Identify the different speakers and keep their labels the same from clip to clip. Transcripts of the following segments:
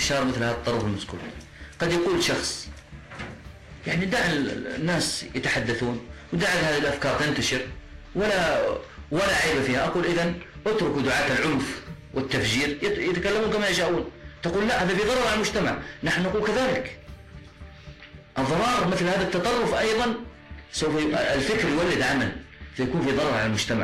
Speaker 1: انتشار مثل هذا التطرف المسكوت. قد يقول شخص يعني دع الناس يتحدثون ودع هذه الأفكار تنتشر ولا عيب فيها. أقول إذن اتركوا دعاة العنف والتفجير يتكلمون كما يشاءون. تقول لا، هذا في ضرر على المجتمع. نحن نقول كذلك. الضرر مثل هذا التطرف أيضا سوف الفكر يولد عمل فيكون في ضرر على المجتمع.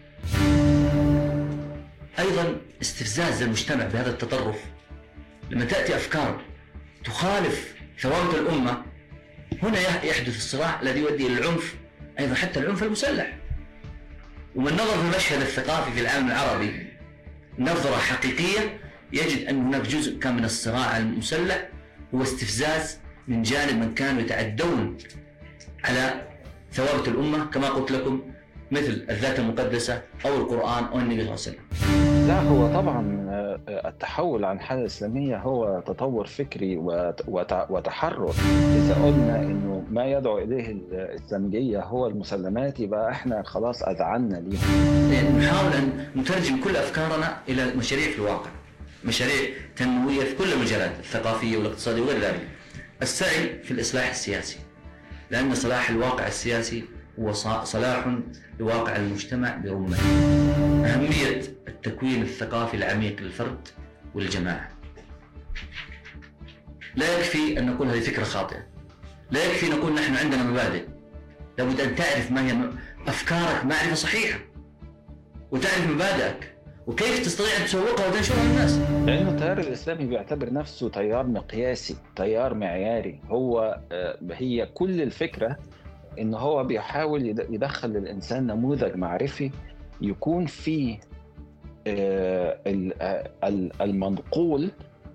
Speaker 1: أيضا استفزاز المجتمع بهذا التطرف، لما تأتي أفكار تخالف ثوابت الأمة، هنا يحدث الصراع الذي يؤدي إلى العنف، أيضا حتى العنف المسلح. ومن نظر في المشهد الثقافي في العالم العربي نظرة حقيقية، يجد أن هناك جزء كان من الصراع المسلح هو استفزاز من جانب من كانوا يتعدون على ثوابت الأمة كما قلت لكم، مثل الذات المقدسة أو القرآن أو النبي صلى الله عليه وسلم.
Speaker 2: لا، هو طبعا التحول عن الحالة الإسلامية هو تطور فكري وتحرر. إذا قلنا إنه ما يدعو إليه الإسلامية هو المسلمات، يبقى إحنا خلاص أذعنا ليهم.
Speaker 1: يعني نحاول أن نترجم كل أفكارنا إلى مشاريع في الواقع، مشاريع تنموية في كل المجالات الثقافية والاقتصادية وغير ذلك. السعي في الإصلاح السياسي، لأن صلاح الواقع السياسي هو صلاح لواقع المجتمع برمته. أهمية التكوين الثقافي العميق للفرد والجماعة. لا يكفي أن نقول هذه فكرة خاطئة، لا يكفي نقول نحن عندنا مبادئ. لابد أن تعرف ما هي أفكارك معرفة صحيحة، وتعرف مبادئك وكيف تستطيع أن تسوقها وتنشرها للناس.
Speaker 2: لأنه التيار الإسلامي بيعتبر نفسه تيار مقياسي، تيار معياري. هي كل الفكرة إنه هو بيحاول يدخل للإنسان نموذج معرفي يكون فيه المنقول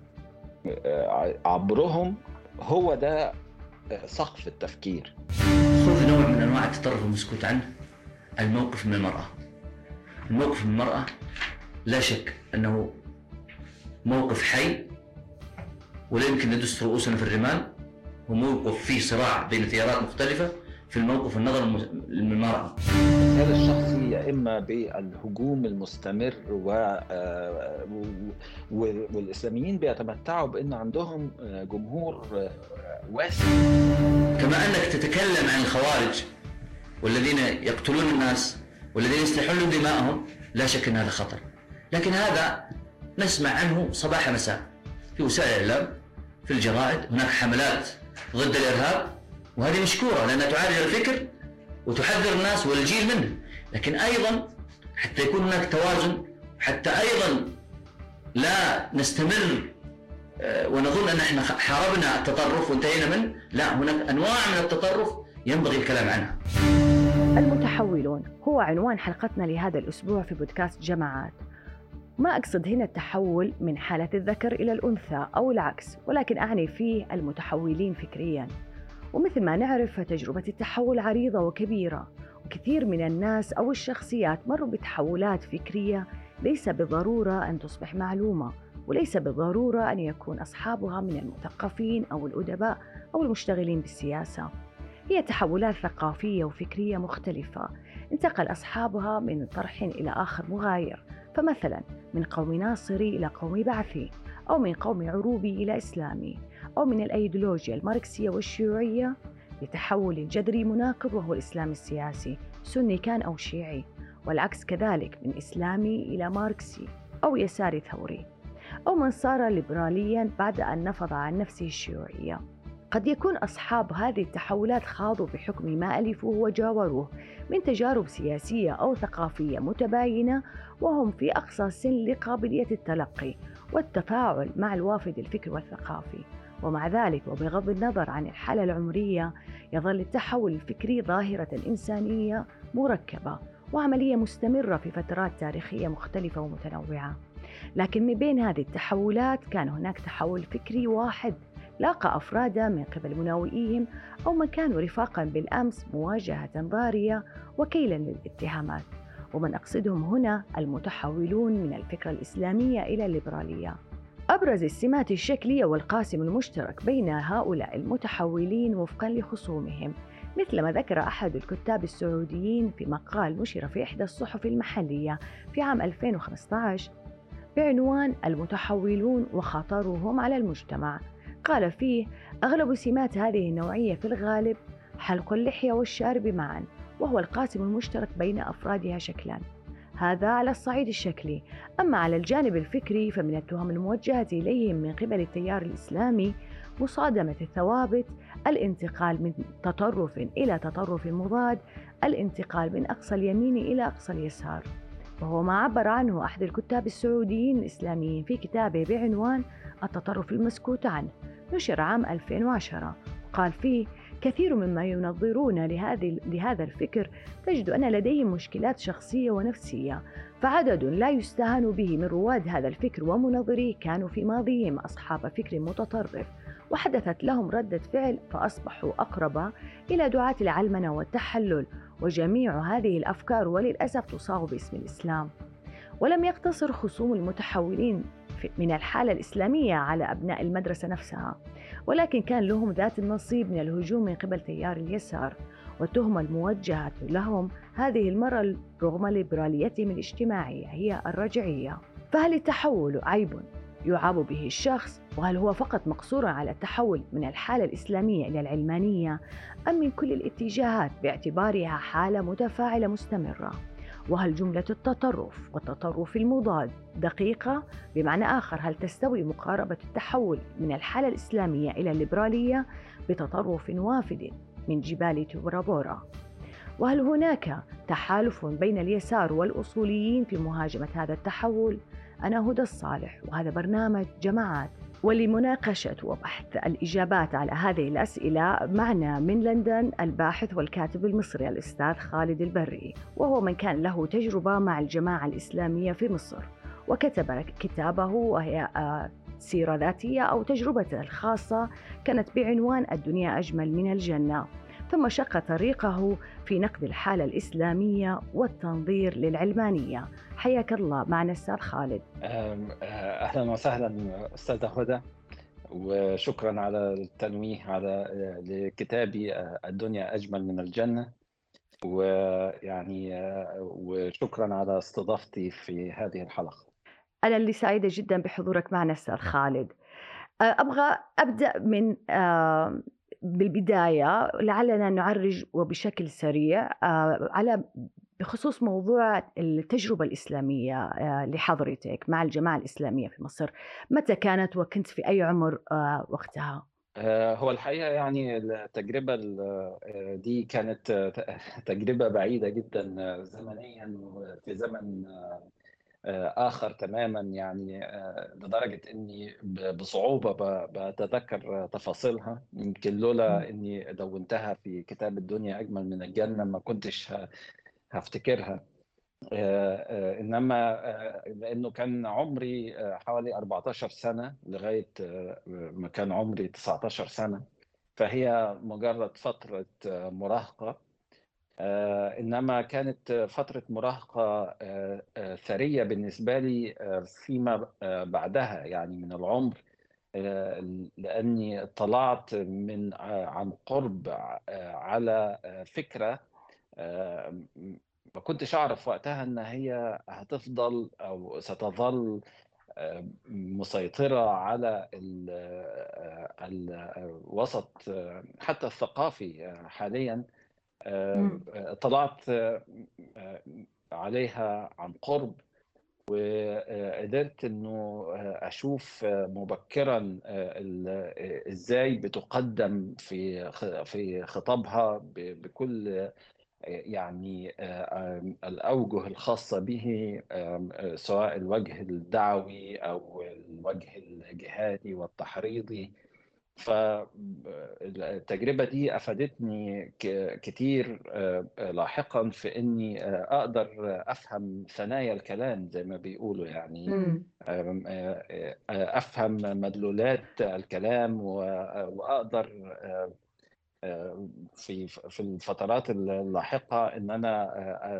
Speaker 2: عبرهم هو ده سقف التفكير.
Speaker 1: خذ نوع من أنواع التطرف المسكوت عنه، الموقف من المرأة. الموقف من المرأة لا شك أنه موقف حي ولا يمكن ندس رؤوسنا في الرمال. هو موقف فيه صراع بين تيارات مختلفة في الموقف النظر للمرأة.
Speaker 2: هذا الشخصي يا إما بالهجوم المستمر والإسلاميين بيتمتعوا بأن عندهم جمهور واسع.
Speaker 1: كما أنك تتكلم عن الخوارج والذين يقتلون الناس والذين يستحلون دماءهم، لا شك أن هذا خطر. لكن هذا نسمع عنه صباح مساء في وسائل الإعلام، في الجرائد. هناك حملات ضد الإرهاب، وهذه مشكورة لأنها تعالج الفكر وتحذر الناس والجيل منه. لكن أيضا حتى يكون هناك توازن، حتى أيضا لا نستمر ونظن أن احنا حاربنا التطرف وانتهينا منه. لا، هناك أنواع من التطرف ينبغي الكلام عنها.
Speaker 3: المتحولون هو عنوان حلقتنا لهذا الأسبوع في بودكاست جماعات. ما أقصد هنا التحول من حالة الذكر إلى الأنثى أو العكس، ولكن أعني فيه المتحولين فكرياً. ومثل ما نعرف فتجربة التحول عريضة وكبيرة، وكثير من الناس أو الشخصيات مروا بتحولات فكرية ليس بالضرورة أن تصبح معلومة، وليس بالضرورة أن يكون أصحابها من المثقفين أو الأدباء أو المشتغلين بالسياسة. هي تحولات ثقافية وفكرية مختلفة انتقل أصحابها من طرح إلى آخر مغاير. فمثلا من قوم ناصري إلى قوم بعثي، أو من قوم عروبي إلى إسلامي، أو من الأيديولوجيا الماركسية والشيوعية لتحول جذري مناقض وهو الإسلام السياسي، سني كان أو شيعي، والعكس كذلك من إسلامي إلى ماركسي أو يساري ثوري، أو من صار ليبراليا بعد أن نفض عن نفسه الشيوعية. قد يكون أصحاب هذه التحولات خاضوا بحكم ما ألفوه وجاوروه من تجارب سياسية أو ثقافية متباينة، وهم في أقصى سن لقابلية التلقي والتفاعل مع الوافد الفكري والثقافي. ومع ذلك وبغض النظر عن الحالة العمرية، يظل التحول الفكري ظاهرة إنسانية مركبة وعملية مستمرة في فترات تاريخية مختلفة ومتنوعة. لكن من بين هذه التحولات كان هناك تحول فكري واحد لاقى أفرادا من قبل مناوئيهم أو من كانوا رفاقا بالأمس مواجهة ضارية وكيلا للاتهامات، ومن أقصدهم هنا المتحولون من الفكرة الإسلامية إلى الليبرالية. أبرز السمات الشكلية والقاسم المشترك بين هؤلاء المتحولين وفقا لخصومهم، مثل ما ذكر أحد الكتاب السعوديين في مقال نشر في إحدى الصحف المحلية في عام 2015: بعنوان المتحولون وخطرهم على المجتمع. قال فيه: أغلب سمات هذه النوعية في الغالب حلق اللحية والشارب معا، وهو القاسم المشترك بين أفرادها شكلاً. هذا على الصعيد الشكلي. أما على الجانب الفكري فمن التهم الموجهة إليهم من قبل التيار الإسلامي مصادمة الثوابت، الانتقال من تطرف إلى تطرف مضاد، الانتقال من أقصى اليمين إلى أقصى اليسار، وهو ما عبر عنه أحد الكتاب السعوديين الإسلاميين في كتابه بعنوان التطرف المسكوت عنه، نشر عام 2010. قال فيه: كثير مما ينظرون لهذا الفكر تجد أن لديهم مشكلات شخصية ونفسية، فعدد لا يستهان به من رواد هذا الفكر ومنظريه كانوا في ماضيهم أصحاب فكر متطرف، وحدثت لهم ردة فعل فأصبحوا أقرب إلى دعاة العلمنة والتحلل، وجميع هذه الأفكار وللأسف تصاغ باسم الإسلام. ولم يقتصر خصوم المتحولين من الحالة الإسلامية على أبناء المدرسة نفسها، ولكن كان لهم ذات النصيب من الهجوم من قبل تيار اليسار، والتهمة الموجهة لهم هذه المرة رغم ليبراليتهم الاجتماعية هي الرجعية. فهل التحول عيب يعاب به الشخص؟ وهل هو فقط مقصور على التحول من الحالة الإسلامية إلى العلمانية، أم من كل الاتجاهات باعتبارها حالة متفاعلة مستمرة؟ وهل جملة التطرف والتطرف المضاد دقيقة؟ بمعنى آخر، هل تستوي مقاربة التحول من الحالة الإسلامية إلى الليبرالية بتطرف وافد من جبال تورا بورا؟ وهل هناك تحالف بين اليسار والأصوليين في مهاجمة هذا التحول؟ أنا هدى الصالح، وهذا برنامج جماعات. ولمناقشة وبحث الإجابات على هذه الأسئلة معنا من لندن الباحث والكاتب المصري الأستاذ خالد البري، وهو من كان له تجربة مع الجماعة الإسلامية في مصر، وكتب كتابه وهي سيرة ذاتية أو تجربته الخاصة كانت بعنوان الدنيا أجمل من الجنة، ثم شق طريقه في نقد الحالة الإسلامية والتنظير للعلمانية. حياك الله معنا أستاذ خالد.
Speaker 2: أهلا وسهلا أستاذة هدى، وشكرا على التنويه على لكتابي الدنيا أجمل من الجنة، ويعني وشكرا على استضافتي في هذه الحلقة.
Speaker 3: أنا اللي سعيدة جدا بحضورك معنا أستاذ خالد. أبغى أبدأ من بالبداية، لعلنا نعرج وبشكل سريع على بخصوص موضوع التجربة الإسلامية لحضرتك مع الجماعة الإسلامية في مصر. متى كانت وكنت في أي عمر وقتها؟
Speaker 2: هو الحقيقة يعني التجربة دي كانت تجربة بعيدة جدا زمنيا، في زمن آخر تماما، يعني لدرجة أني بصعوبة بتذكر تفاصيلها. يمكن لولا أني دونتها في كتاب الدنيا أجمل من الجنة ما كنتش هفتكرها. إنما لأنه كان عمري حوالي 14 سنة لغاية ما كان عمري 19 سنة، فهي مجرد فترة مراهقة. إنما كانت فترة مراهقة ثرية بالنسبة لي فيما بعدها يعني من العمر، لأني اطلعت عن قرب على فكرة ما كنتش أعرف وقتها أن هي هتفضل أو ستظل مسيطرة على الوسط حتى الثقافي حاليا. طلعت عليها عن قرب، وقدرت انه اشوف مبكرا ازاي بتقدم في خطابها بكل يعني الأوجه الخاصة به، سواء الوجه الدعوي أو الوجه الجهادي والتحريضي. فالتجربة دي أفادتني كتير لاحقا في أني أقدر أفهم ثنايا الكلام زي ما بيقولوا، يعني أفهم مدلولات الكلام، وأقدر في الفترات اللاحقة ان انا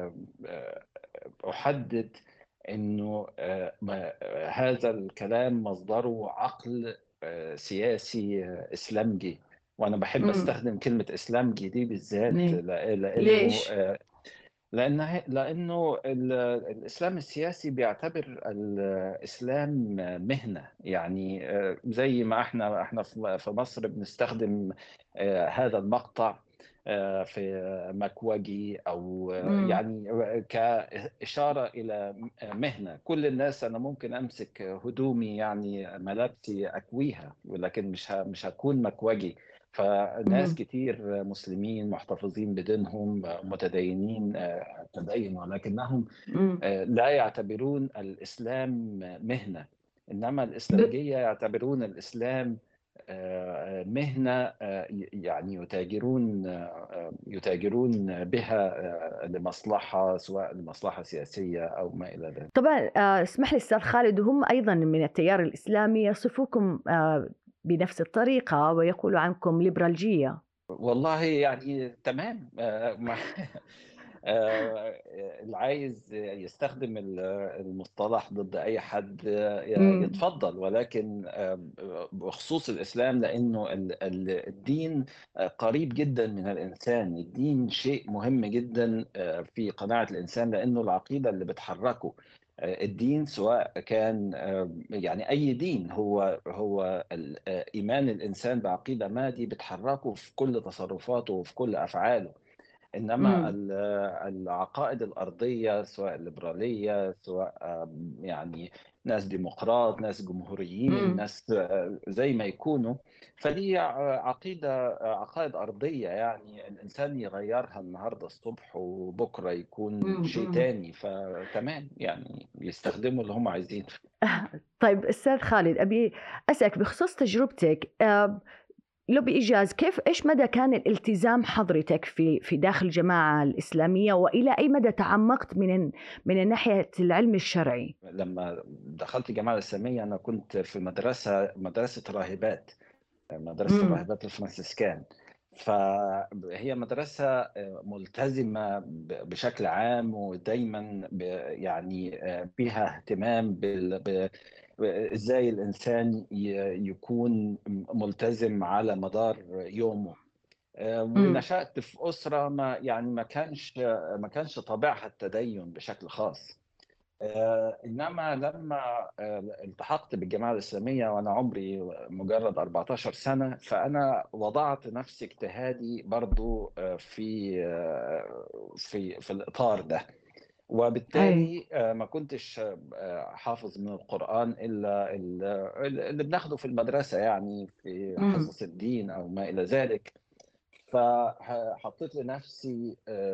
Speaker 2: احدد انه هذا الكلام مصدره عقل سياسي اسلامجي. وانا بحب استخدم كلمة اسلامجي دي بالذات
Speaker 3: ليش؟
Speaker 2: لأنه الإسلام السياسي بيعتبر الإسلام مهنة، يعني زي ما احنا في مصر بنستخدم هذا المقطع في مكوجي، أو
Speaker 3: امم.
Speaker 2: يعني كإشارة إلى مهنة. كل الناس أنا ممكن أمسك هدومي، يعني ملابسي أكويها، ولكن مش هكون مكوجي. فناس
Speaker 3: امم.
Speaker 2: كتير مسلمين محتفظين بدينهم متدينين تدين، ولكنهم
Speaker 3: امم.
Speaker 2: لا يعتبرون الإسلام مهنة، إنما الإسلامجية يعتبرون الإسلام مهنة، يعني يتاجرون بها لمصلحة، سواء لمصلحة سياسية أو ما إلى ذلك.
Speaker 3: طبعا اسمح لي أستاذ خالد، وهم أيضا من التيار الإسلامي يصفوكم بنفس الطريقة ويقولوا عنكم ليبرالجية.
Speaker 2: والله يعني تمام. اللي عايز يستخدم المصطلح ضد أي حد
Speaker 3: امم.
Speaker 2: يتفضل، ولكن بخصوص الإسلام، لأنه الدين قريب جدا من الإنسان. الدين شيء مهم جدا في قناعة الإنسان، لأنه العقيدة اللي بتحركه. الدين سواء كان يعني أي دين، هو إيمان الإنسان بعقيدة ما، دي بتحركه في كل تصرفاته وفي كل أفعاله. إنما
Speaker 3: امم.
Speaker 2: العقائد الأرضية، سواء الليبرالية، سواء يعني ناس ديمقراط، ناس جمهوريين،
Speaker 3: امم.
Speaker 2: ناس زي ما يكونوا، فدي عقائد أرضية، يعني الإنسان يغيرها النهاردة الصبح وبكرة يكون شيء
Speaker 3: امم.
Speaker 2: تاني. فتمام، يعني يستخدموا اللي هم عايزينه.
Speaker 3: طيب أستاذ خالد، أبي أسألك بخصوص تجربتك، لو بإيجاز، إيش مدى كان الالتزام حضرتك في داخل الجماعة الإسلامية، وإلى أي مدى تعمقت من ناحية العلم الشرعي؟
Speaker 2: لما دخلت الجامعة الإسلامية أنا كنت في مدرسة راهبات، مدرسة
Speaker 3: امم.
Speaker 2: الراهبات الفرنسيسكان. فهي مدرسة ملتزمة بشكل عام، ودايما يعني بها اهتمام ازاي الإنسان يكون ملتزم على مدار يومه.
Speaker 3: امم.
Speaker 2: ونشأت في أسرة ما كانش طابعها التدين بشكل خاص. إنما لما التحقت بالجامعة الإسلامية وأنا عمري مجرد 14 سنة، فأنا وضعت نفسي اجتهادي برضو في الإطار ده.
Speaker 3: أي.
Speaker 2: وبالتالي ما كنتش حافظ من القرآن إلا اللي بناخده في المدرسة، يعني في
Speaker 3: امم.
Speaker 2: حصص الدين أو ما إلى ذلك. فحطيت لنفسي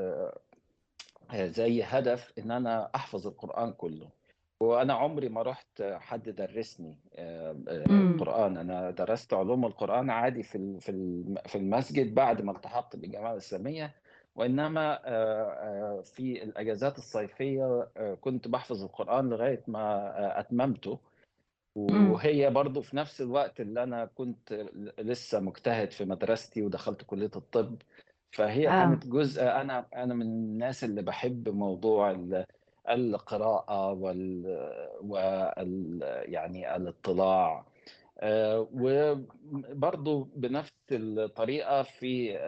Speaker 2: زي هدف ان انا احفظ القرآن كله. وانا عمري ما رحت حد درسني
Speaker 3: امم.
Speaker 2: القرآن. انا درست علوم القرآن عادي في المسجد بعد ما التحقت بالجامعة الإسلامية. وانما في الاجازات الصيفية كنت بحفظ القرآن لغاية ما اتممته.
Speaker 3: امم.
Speaker 2: وهي برضو في نفس الوقت اللي أنا كنت لسه مجتهد في مدرستي ودخلت كلية الطب. فهي كانت جزء، أنا من الناس اللي بحب موضوع القراءة يعني الاطلاع. وبرضو بنفس الطريقة في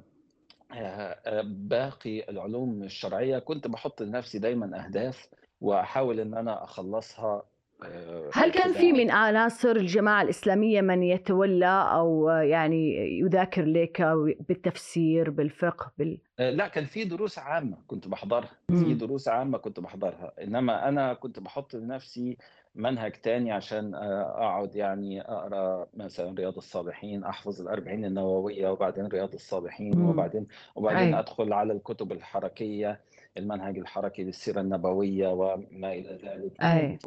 Speaker 2: باقي العلوم الشرعية كنت بحط لنفسي دايما أهداف وأحاول إن أنا أخلصها
Speaker 3: هل كان في
Speaker 2: تباعا.
Speaker 3: من عناصر الجماعة الإسلامية من يتولى أو يعني يذاكر لك بالتفسير بالفقه
Speaker 2: لا، كان في دروس عامة كنت بحضرها،
Speaker 3: مم.
Speaker 2: إنما أنا كنت بحط لنفسي منهج تاني عشان أقعد يعني أقرأ مثلا رياض الصالحين، أحفظ الأربعين النووية، وبعدين رياض الصالحين،
Speaker 3: مم.
Speaker 2: وبعدين
Speaker 3: أي.
Speaker 2: أدخل على الكتب الحركية، المنهج الحركي للسيرة النبوية وما إلى ذلك.
Speaker 3: أي.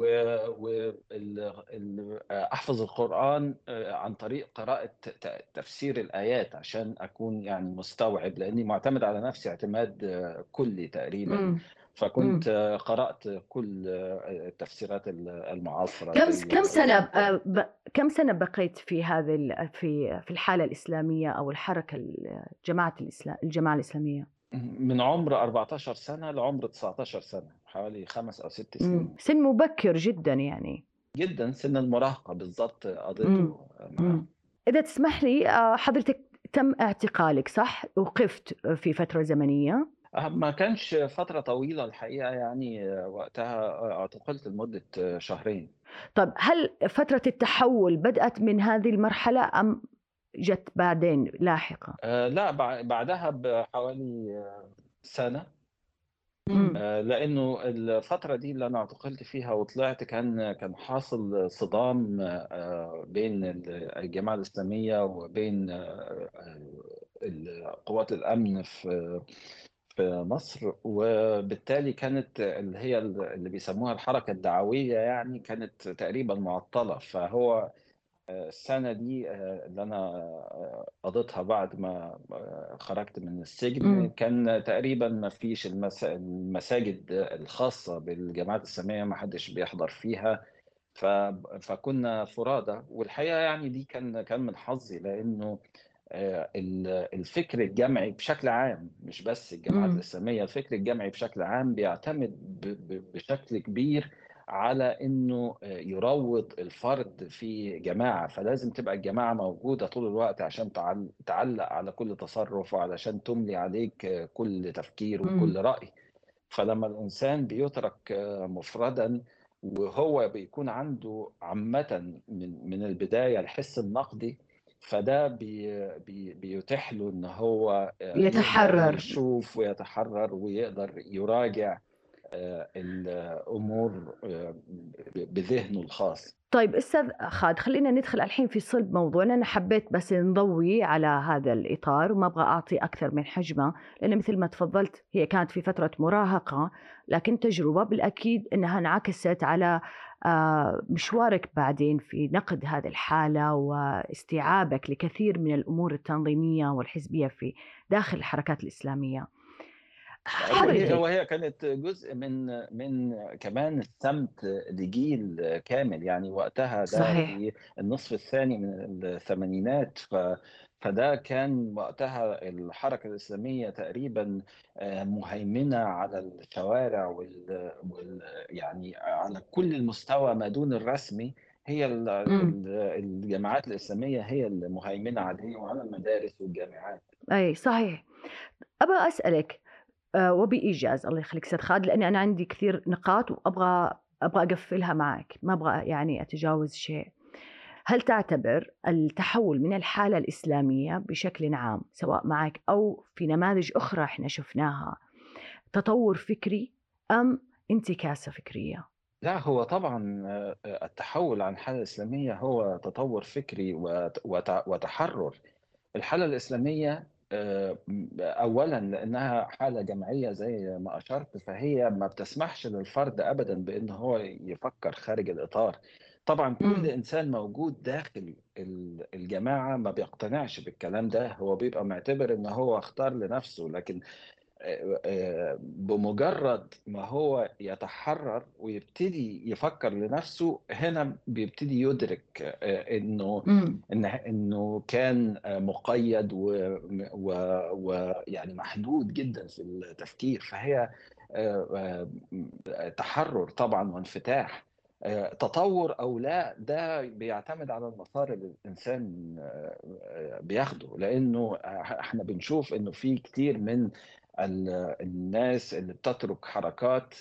Speaker 2: وأحفظ القرآن عن طريق قراءة تفسير الآيات، عشان أكون يعني مستوعب، لأني معتمد على نفسي اعتماد كلي تقريبا.
Speaker 3: مم.
Speaker 2: فكنت
Speaker 3: مم.
Speaker 2: قرأت كل التفسيرات المعاصرة
Speaker 3: كم
Speaker 2: زي
Speaker 3: كم سنة كم سنة بقيت في هذه في الحالة الإسلامية أو الحركة الجماعة الإسلامية؟
Speaker 2: من عمر 14 سنة لعمر 19 سنة، حوالي 5 أو 6 سنين.
Speaker 3: سن مبكر جدا يعني.
Speaker 2: جدا، سن المراهقة بالضبط
Speaker 3: مم.
Speaker 2: قضيته معه.
Speaker 3: مم. إذا تسمح لي، حضرتك تم اعتقالك صح؟ وقفت في فترة زمنية.
Speaker 2: ما كانش فترة طويلة الحقيقة، يعني وقتها اعتقلت لمدة شهرين.
Speaker 3: طب هل فترة التحول بدأت من هذه المرحلة أم جت بعدين لاحقا؟
Speaker 2: لا، بعدها بحوالي سنة.
Speaker 3: امم.
Speaker 2: لأنه الفترة دي اللي أنا اعتقلت فيها وطلعت كان حاصل صدام بين الجماعة الإسلامية وبين قوات الأمن في مصر، وبالتالي كانت اللي هي اللي بيسموها الحركة الدعوية يعني كانت تقريبا معطلة. فهو السنة دي اللي أنا قضيتها بعد ما خرجت من السجن،
Speaker 3: امم.
Speaker 2: كان تقريبا ما فيش المساجد الخاصة بالجماعات الإسلامية ما حدش بيحضر فيها. ف- فكنا فرادى، والحقيقة يعني دي كان من حظي، لأنه الفكر الجمعي بشكل عام، مش بس الجماعات
Speaker 3: امم.
Speaker 2: الإسلامية، الفكر الجمعي بشكل عام بيعتمد بشكل كبير على انه يروض الفرد في جماعة. فلازم تبقى الجماعة موجودة طول الوقت عشان تعلق على كل تصرف، وعلشان تملي عليك كل تفكير وكل
Speaker 3: امم.
Speaker 2: رأي. فلما الإنسان بيترك مفردا، وهو بيكون عنده عامة من البداية الحس النقدي، فده بيتيح له إن هو يقدر
Speaker 3: يتحرر.
Speaker 2: يشوف ويتحرر ويقدر يراجع الأمور بذهنه الخاص.
Speaker 3: طيب أستاذ خالد، خلينا ندخل الحين في صلب موضوعنا. أنا حبيت بس نضوي على هذا الإطار وما أبغى أعطي أكثر من حجمه، لأن مثل ما تفضلت هي كانت في فترة مراهقة، لكن تجربة بالأكيد أنها انعكست على مشوارك بعدين في نقد هذه الحالة واستيعابك لكثير من الأمور التنظيمية والحزبية في داخل الحركات الإسلامية.
Speaker 2: وهي
Speaker 3: حضرتك.
Speaker 2: وهي كانت جزء من كمان السمت لجيل كامل، يعني وقتها ده
Speaker 3: صحيح.
Speaker 2: في النصف الثاني من الثمانينات. فده كان وقتها الحركة الإسلامية تقريبا مهيمنة على الشوارع يعني على كل المستوى ما دون الرسمي. هي
Speaker 3: امم.
Speaker 2: الجماعات الإسلامية هي المهيمنة عليه، وعلى المدارس والجامعات.
Speaker 3: أي صحيح. أبغى أسألك وبإيجاز، الله يخليك أستاذ خالد، لأني أنا عندي كثير نقاط وأبغى أقفلها معك، ما أبغى يعني أتجاوز شيء. هل تعتبر التحول من الحالة الإسلامية بشكل عام، سواء معك أو في نماذج أخرى إحنا شفناها، تطور فكري أم انتكاسة فكرية؟
Speaker 2: لا، هو طبعا التحول عن الحالة الإسلامية هو تطور فكري وتحرر. الحالة الإسلامية أولا لأنها حالة جماعية زي ما أشرت، فهي ما بتسمحش للفرد أبدا بأن هو يفكر خارج الإطار. طبعا كل
Speaker 3: امم.
Speaker 2: إنسان موجود داخل الجماعة ما بيقتنعش بالكلام ده، هو بيبقى معتبر أن هو اختار لنفسه. لكن بمجرد ما هو يتحرر ويبتدي يفكر لنفسه، هنا بيبتدي يدرك
Speaker 3: امم.
Speaker 2: انه كان مقيد ويعني محدود جدا في التفكير. فهي تحرر طبعا وانفتاح. تطور او لا ده بيعتمد على المسار اللي الانسان بياخده، لانه احنا بنشوف انه في كتير من الناس اللي بتترك حركات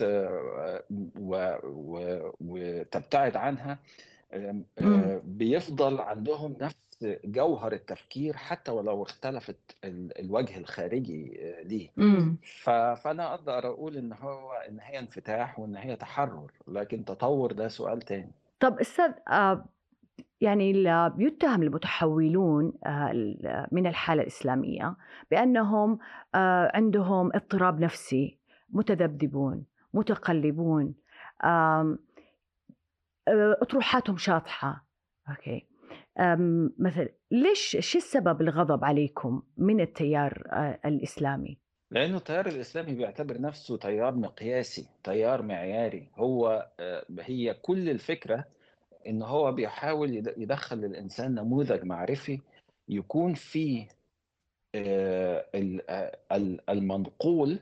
Speaker 2: وتبتعد عنها،
Speaker 3: امم.
Speaker 2: بيفضل عندهم نفس جوهر التفكير حتى ولو اختلفت الوجه الخارجي ليه.
Speaker 3: امم.
Speaker 2: فأنا أقدر أقول إن هي انفتاح وإن هي تحرر، لكن تطور ده سؤال تاني.
Speaker 3: طب أستاذ، يعني بيتهم المتحولون من الحالة الإسلامية بأنهم عندهم اضطراب نفسي، متذبذبون، متقلبون، آم، أطروحاتهم شاطحة. أوكي. مثلا ليش، شو السبب الغضب عليكم من التيار الإسلامي؟
Speaker 2: لأنه التيار الإسلامي بيعتبر نفسه تيار مقياسي، تيار معياري. هي كل الفكرة إن هو بيحاول يدخل للإنسان نموذج معرفي يكون فيه المنقول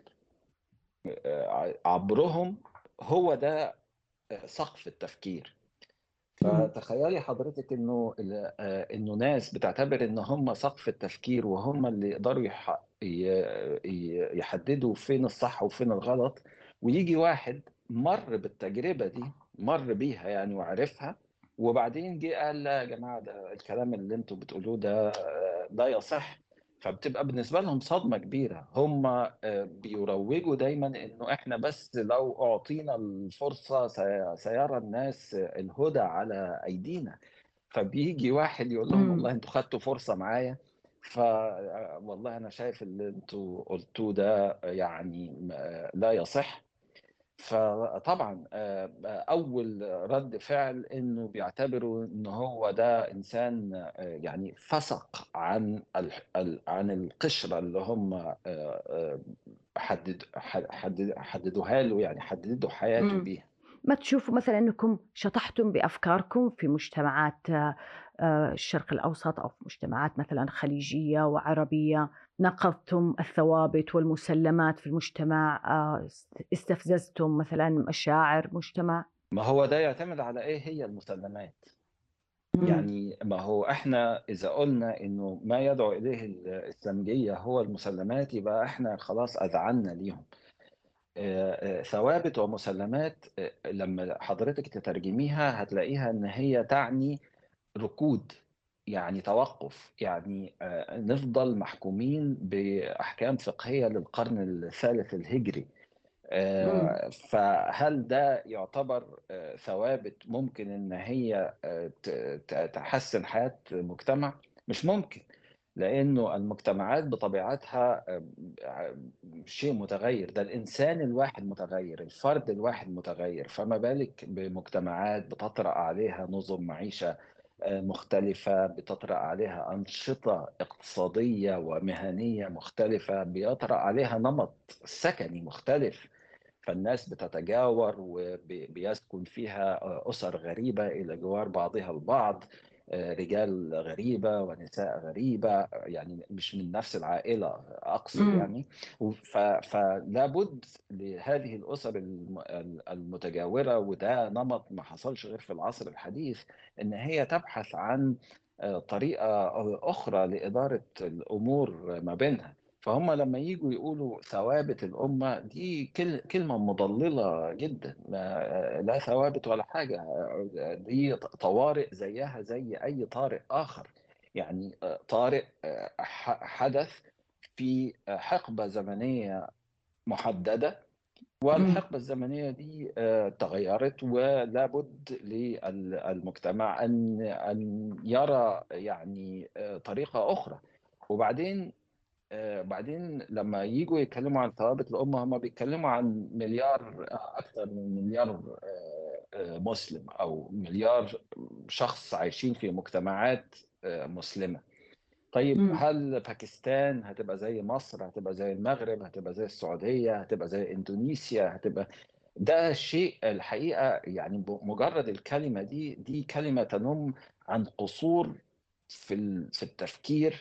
Speaker 2: عبرهم، هو ده سقف التفكير.
Speaker 3: مم.
Speaker 2: فتخيلي حضرتك انه ناس بتعتبر ان هم سقف التفكير، وهم اللي يقدروا يحددوا فين الصح وفين الغلط، ويجي واحد مر بالتجربة دي، مر بيها يعني وعرفها، وبعدين جه قال لا يا جماعة ده الكلام اللي انتوا بتقولوه ده لا يصح. فبتبقى بالنسبة لهم صدمة كبيرة. هم بيروجوا دايما انه احنا بس لو اعطينا الفرصة سيرى الناس الهدى على ايدينا. فبيجي واحد يقول لهم والله انتوا خدتوا فرصة معايا، والله انا شايف اللي انتوا قلتوه ده يعني لا يصح. فطبعا اول رد فعل انه بيعتبروا ان هو ده انسان يعني فسق عن القشره اللي هم حددوها له، يعني حددوا حياته بيها.
Speaker 3: ما تشوفوا مثلا أنكم شطحتم بأفكاركم في مجتمعات الشرق الأوسط أو في مجتمعات مثلا خليجية وعربية، نقضتم الثوابت والمسلمات في المجتمع، استفززتم مثلا مشاعر مجتمع؟
Speaker 2: ما هو ده يعتمد على ايه هي المسلمات. يعني ما هو احنا اذا قلنا انه ما يدعو اليه السامجيه هو المسلمات، يبقى احنا خلاص اذعنا ليهم. ثوابت ومسلمات لما حضرتك تترجميها هتلاقيها ان هي تعني ركود، يعني توقف، يعني نفضل محكومين باحكام فقهيه للقرن الثالث الهجري. فهل ده يعتبر ثوابت ممكن ان هي تحسن حياة مجتمع؟ مش ممكن، لانه المجتمعات بطبيعتها شيء متغير. ده الانسان الواحد متغير، الفرد الواحد متغير، فما بالك بمجتمعات بتطرأ عليها نظم معيشة مختلفة، بتطرأ عليها أنشطة اقتصادية ومهنية مختلفة، بيطرأ عليها نمط سكني مختلف. فالناس بتتجاور وبيسكن فيها أسر غريبة إلى جوار بعضها البعض، رجال غريبة ونساء غريبة، يعني مش من نفس العائلة أقصد يعني. فلا بد لهذه الأسر المتجاورة، وده نمط ما حصلش غير في العصر الحديث، إن هي تبحث عن طريقة أخرى لإدارة الأمور ما بينها. فهم لما يجوا يقولوا ثوابت الأمة دي كلمة مضللة جدا. لا ثوابت ولا حاجة، دي طوارئ زيها زي أي طارئ آخر. يعني طارئ حدث في حقبة زمنية محددة، والحقبة الزمنية دي تغيرت، ولا بد للمجتمع أن يرى يعني طريقة أخرى. وبعدين بعدين لما يجوا يتكلموا عن ثوابت الأمة، هم بيتكلموا عن مليار، أكثر من مليار مسلم، أو مليار شخص عايشين في مجتمعات مسلمة. طيب هل باكستان هتبقى زي مصر؟ هتبقى زي المغرب؟ هتبقى زي السعودية؟ هتبقى زي إندونيسيا؟ هتبقى ده شيء الحقيقة يعني مجرد الكلمة دي كلمة تنم عن قصور في التفكير.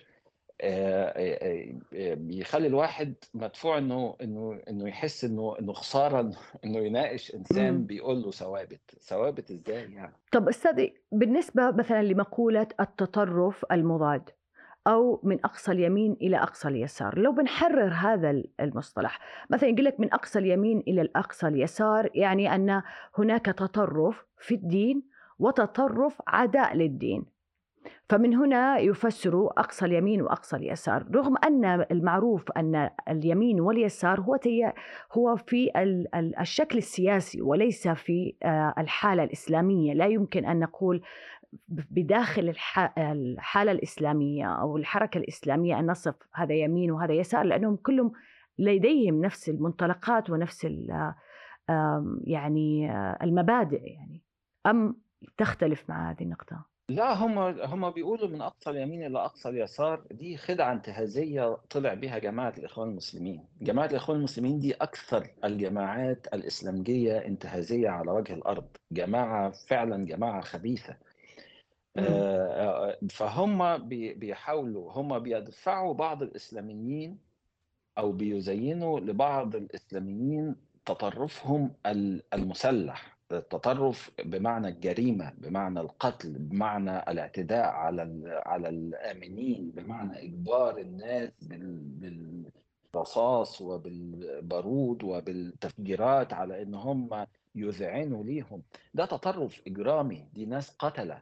Speaker 2: بيخلي الواحد مدفوع انه يحس انه خساره انه يناقش انسان بيقول له ثوابت ازاي يعني.
Speaker 3: طب أستاذي، بالنسبة مثلا لمقولة التطرف المضاد أو من أقصى اليمين إلى أقصى اليسار، لو بنحرر هذا المصطلح، مثلا يقول لك من أقصى اليمين إلى الأقصى اليسار، يعني أن هناك تطرف في الدين وتطرف عداء للدين، فمن هنا يفسر أقصى اليمين وأقصى اليسار، رغم أن المعروف أن اليمين واليسار هو في الشكل السياسي وليس في الحالة الإسلامية. لا يمكن أن نقول بداخل الحالة الإسلامية أو الحركة الإسلامية أن نصف هذا يمين وهذا يسار، لأنهم كلهم لديهم نفس المنطلقات ونفس يعني المبادئ يعني. أم تختلف مع هذه النقطة؟
Speaker 2: لا، هم بيقولوا من اقصى اليمين الى اقصى اليسار. دي خدعه انتهازيه طلع بها جماعه الاخوان المسلمين. جماعه الاخوان المسلمين دي اكثر الجماعات الاسلامجيه انتهازيه على وجه الارض، جماعه فعلا جماعه خبيثه. فهم بيحاولوا، هم بيدفعوا بعض الإسلاميين أو بيزينوا لبعض الإسلاميين تطرفهم المسلح. التطرف بمعنى الجريمة، بمعنى القتل، بمعنى الاعتداء على الآمنين، بمعنى إجبار الناس بالرصاص وبالبارود وبالتفجيرات على إن هم يذعنوا ليهم. ده تطرف إجرامي، دي ناس قتلة.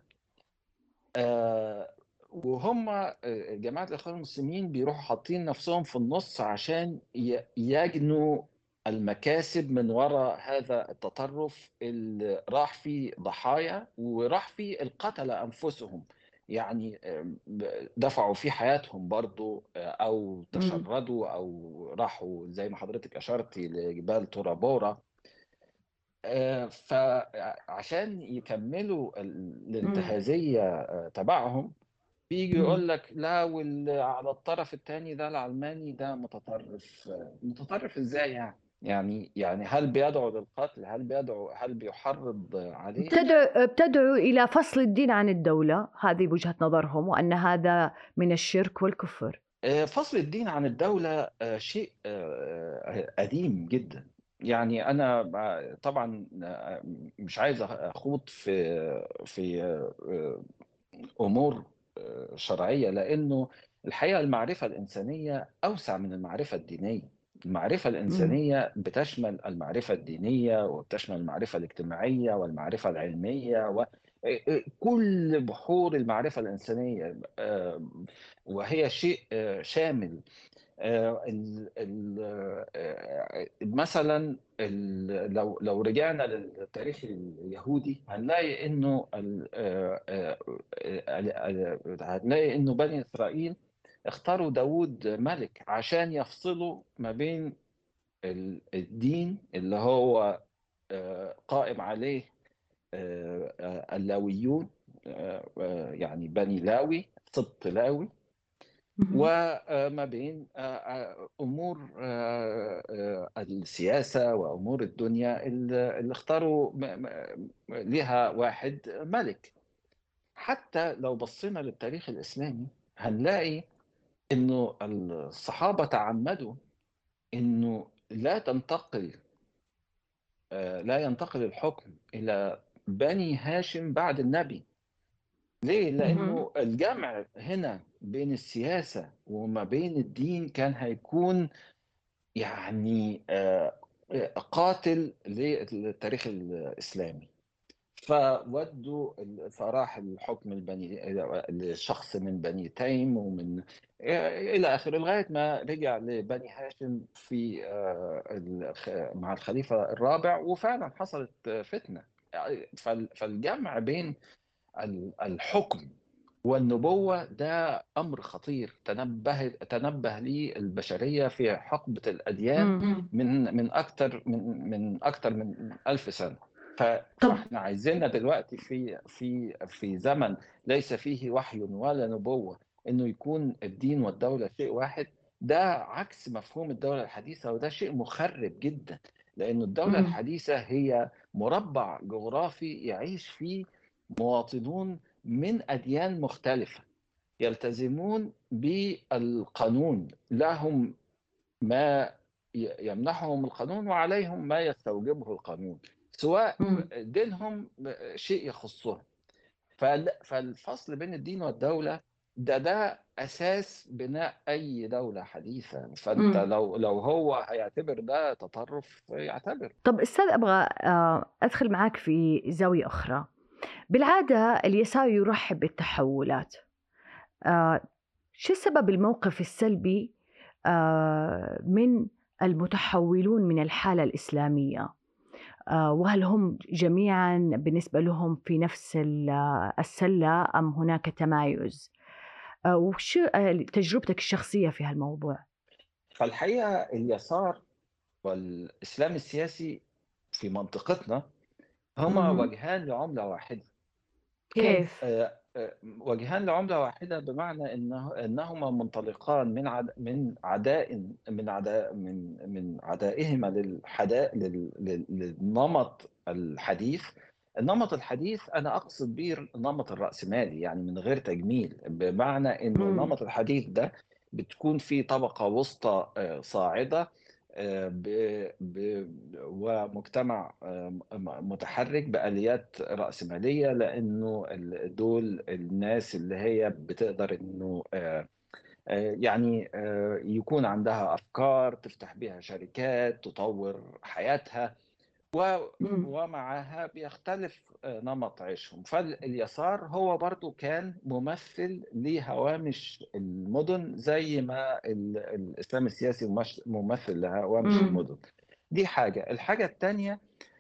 Speaker 2: وهم جماعة الإخوان المسلمين بيروحوا حاطين نفسهم في النص عشان يجنوا المكاسب من وراء هذا التطرف اللي راح فيه ضحايا وراح فيه القتلة أنفسهم. يعني دفعوا فيه حياتهم برضو، أو تشردوا أو راحوا زي ما حضرتك أشرتي لجبال تورا بورا. فعشان يكملوا الانتهازية تبعهم بيجي يقول لك لا، واللي على الطرف الثاني ده العلماني ده متطرف. متطرف ازاي يعني هل بيدعو للقتل؟ هل بيحرض عليه؟
Speaker 3: بتدعو إلى فصل الدين عن الدولة، هذه وجهة نظرهم، وأن هذا من الشرك والكفر.
Speaker 2: فصل الدين عن الدولة شيء قديم جدا. يعني أنا طبعا مش عايز أخوض في أمور شرعية، لأنه الحقيقة المعرفة الإنسانية أوسع من المعرفة الدينية. المعرفة الإنسانية بتشمل المعرفة الدينية وبتشمل المعرفة الاجتماعية والمعرفة العلمية وكل بحور المعرفة الإنسانية، وهي شيء شامل. مثلا لو رجعنا للتاريخ اليهودي هنلاقي انه بني اسرائيل اختاروا داود ملك عشان يفصلوا ما بين الدين اللي هو قائم عليه اللاويون، يعني بني لاوي، سبط لاوي، وما بين امور السياسه وامور الدنيا اللي اختاروا لها واحد ملك. حتى لو بصينا للتاريخ الاسلامي هنلاقي انه الصحابه تعمدوا انه لا ينتقل الحكم الى بني هاشم بعد النبي. ليه؟ لأنه الجمع هنا بين السياسة وما بين الدين كان هيكون يعني قاتل للتاريخ الإسلامي. فراح الحكم لشخص من بني تيم ومن إلى آخره، لغاية ما رجع لبني هاشم في مع الخليفة الرابع، وفعلا حصلت فتنة. فالجمع بين الحكم والنبوة ده أمر خطير تنبه ليه البشرية في حقبة الأديان من أكثر من 1000 سنة. فاحنا عايزيننا دلوقتي في زمن ليس فيه وحي ولا نبوة إنه يكون الدين والدولة شيء واحد. ده عكس مفهوم الدولة الحديثة، وده شيء مخرب جدا، لأن الدولة الحديثة هي مربع جغرافي يعيش فيه مواطنون من أديان مختلفة يلتزمون بالقانون، لهم ما يمنحهم القانون وعليهم ما يستوجبه القانون، سواء دينهم شيء يخصهم. فالفصل بين الدين والدولة ده أساس بناء أي دولة حديثة. فأنت لو هو هيعتبر ده تطرف يعتبر.
Speaker 3: طب أستاذ، أبغى أدخل معاك في زاوية أخرى. بالعادة اليسار يرحب بالتحولات. شو سبب الموقف السلبي من المتحولون من الحالة الإسلامية؟ وهل هم جميعا بالنسبة لهم في نفس السلة أم هناك تمايز؟ وشو تجربتك الشخصية في هالموضوع؟
Speaker 2: فالحقيقة اليسار والإسلام السياسي في منطقتنا هما وجهان لعملة واحدة.
Speaker 3: كيف؟
Speaker 2: وجهان لعملة واحدة بمعنى انهما منطلقان من عدائهما للنمط الحديث. النمط الحديث انا اقصد به النمط الرأسمالي، يعني من غير تجميل، بمعنى ان النمط الحديث ده بتكون في طبقة وسطى صاعدة ومجتمع متحرك بآليات رأسمالية، لأنه دول الناس اللي هي بتقدر إنه يعني يكون عندها أفكار تفتح بها شركات تطور حياتها،
Speaker 3: مم.
Speaker 2: ومعها بيختلف نمط عيشهم. فاليسار هو برضو كان ممثل لهوامش المدن، زي ما الإسلام السياسي ممثل لهوامش
Speaker 3: مم.
Speaker 2: المدن. دي حاجة. الحاجة الثانية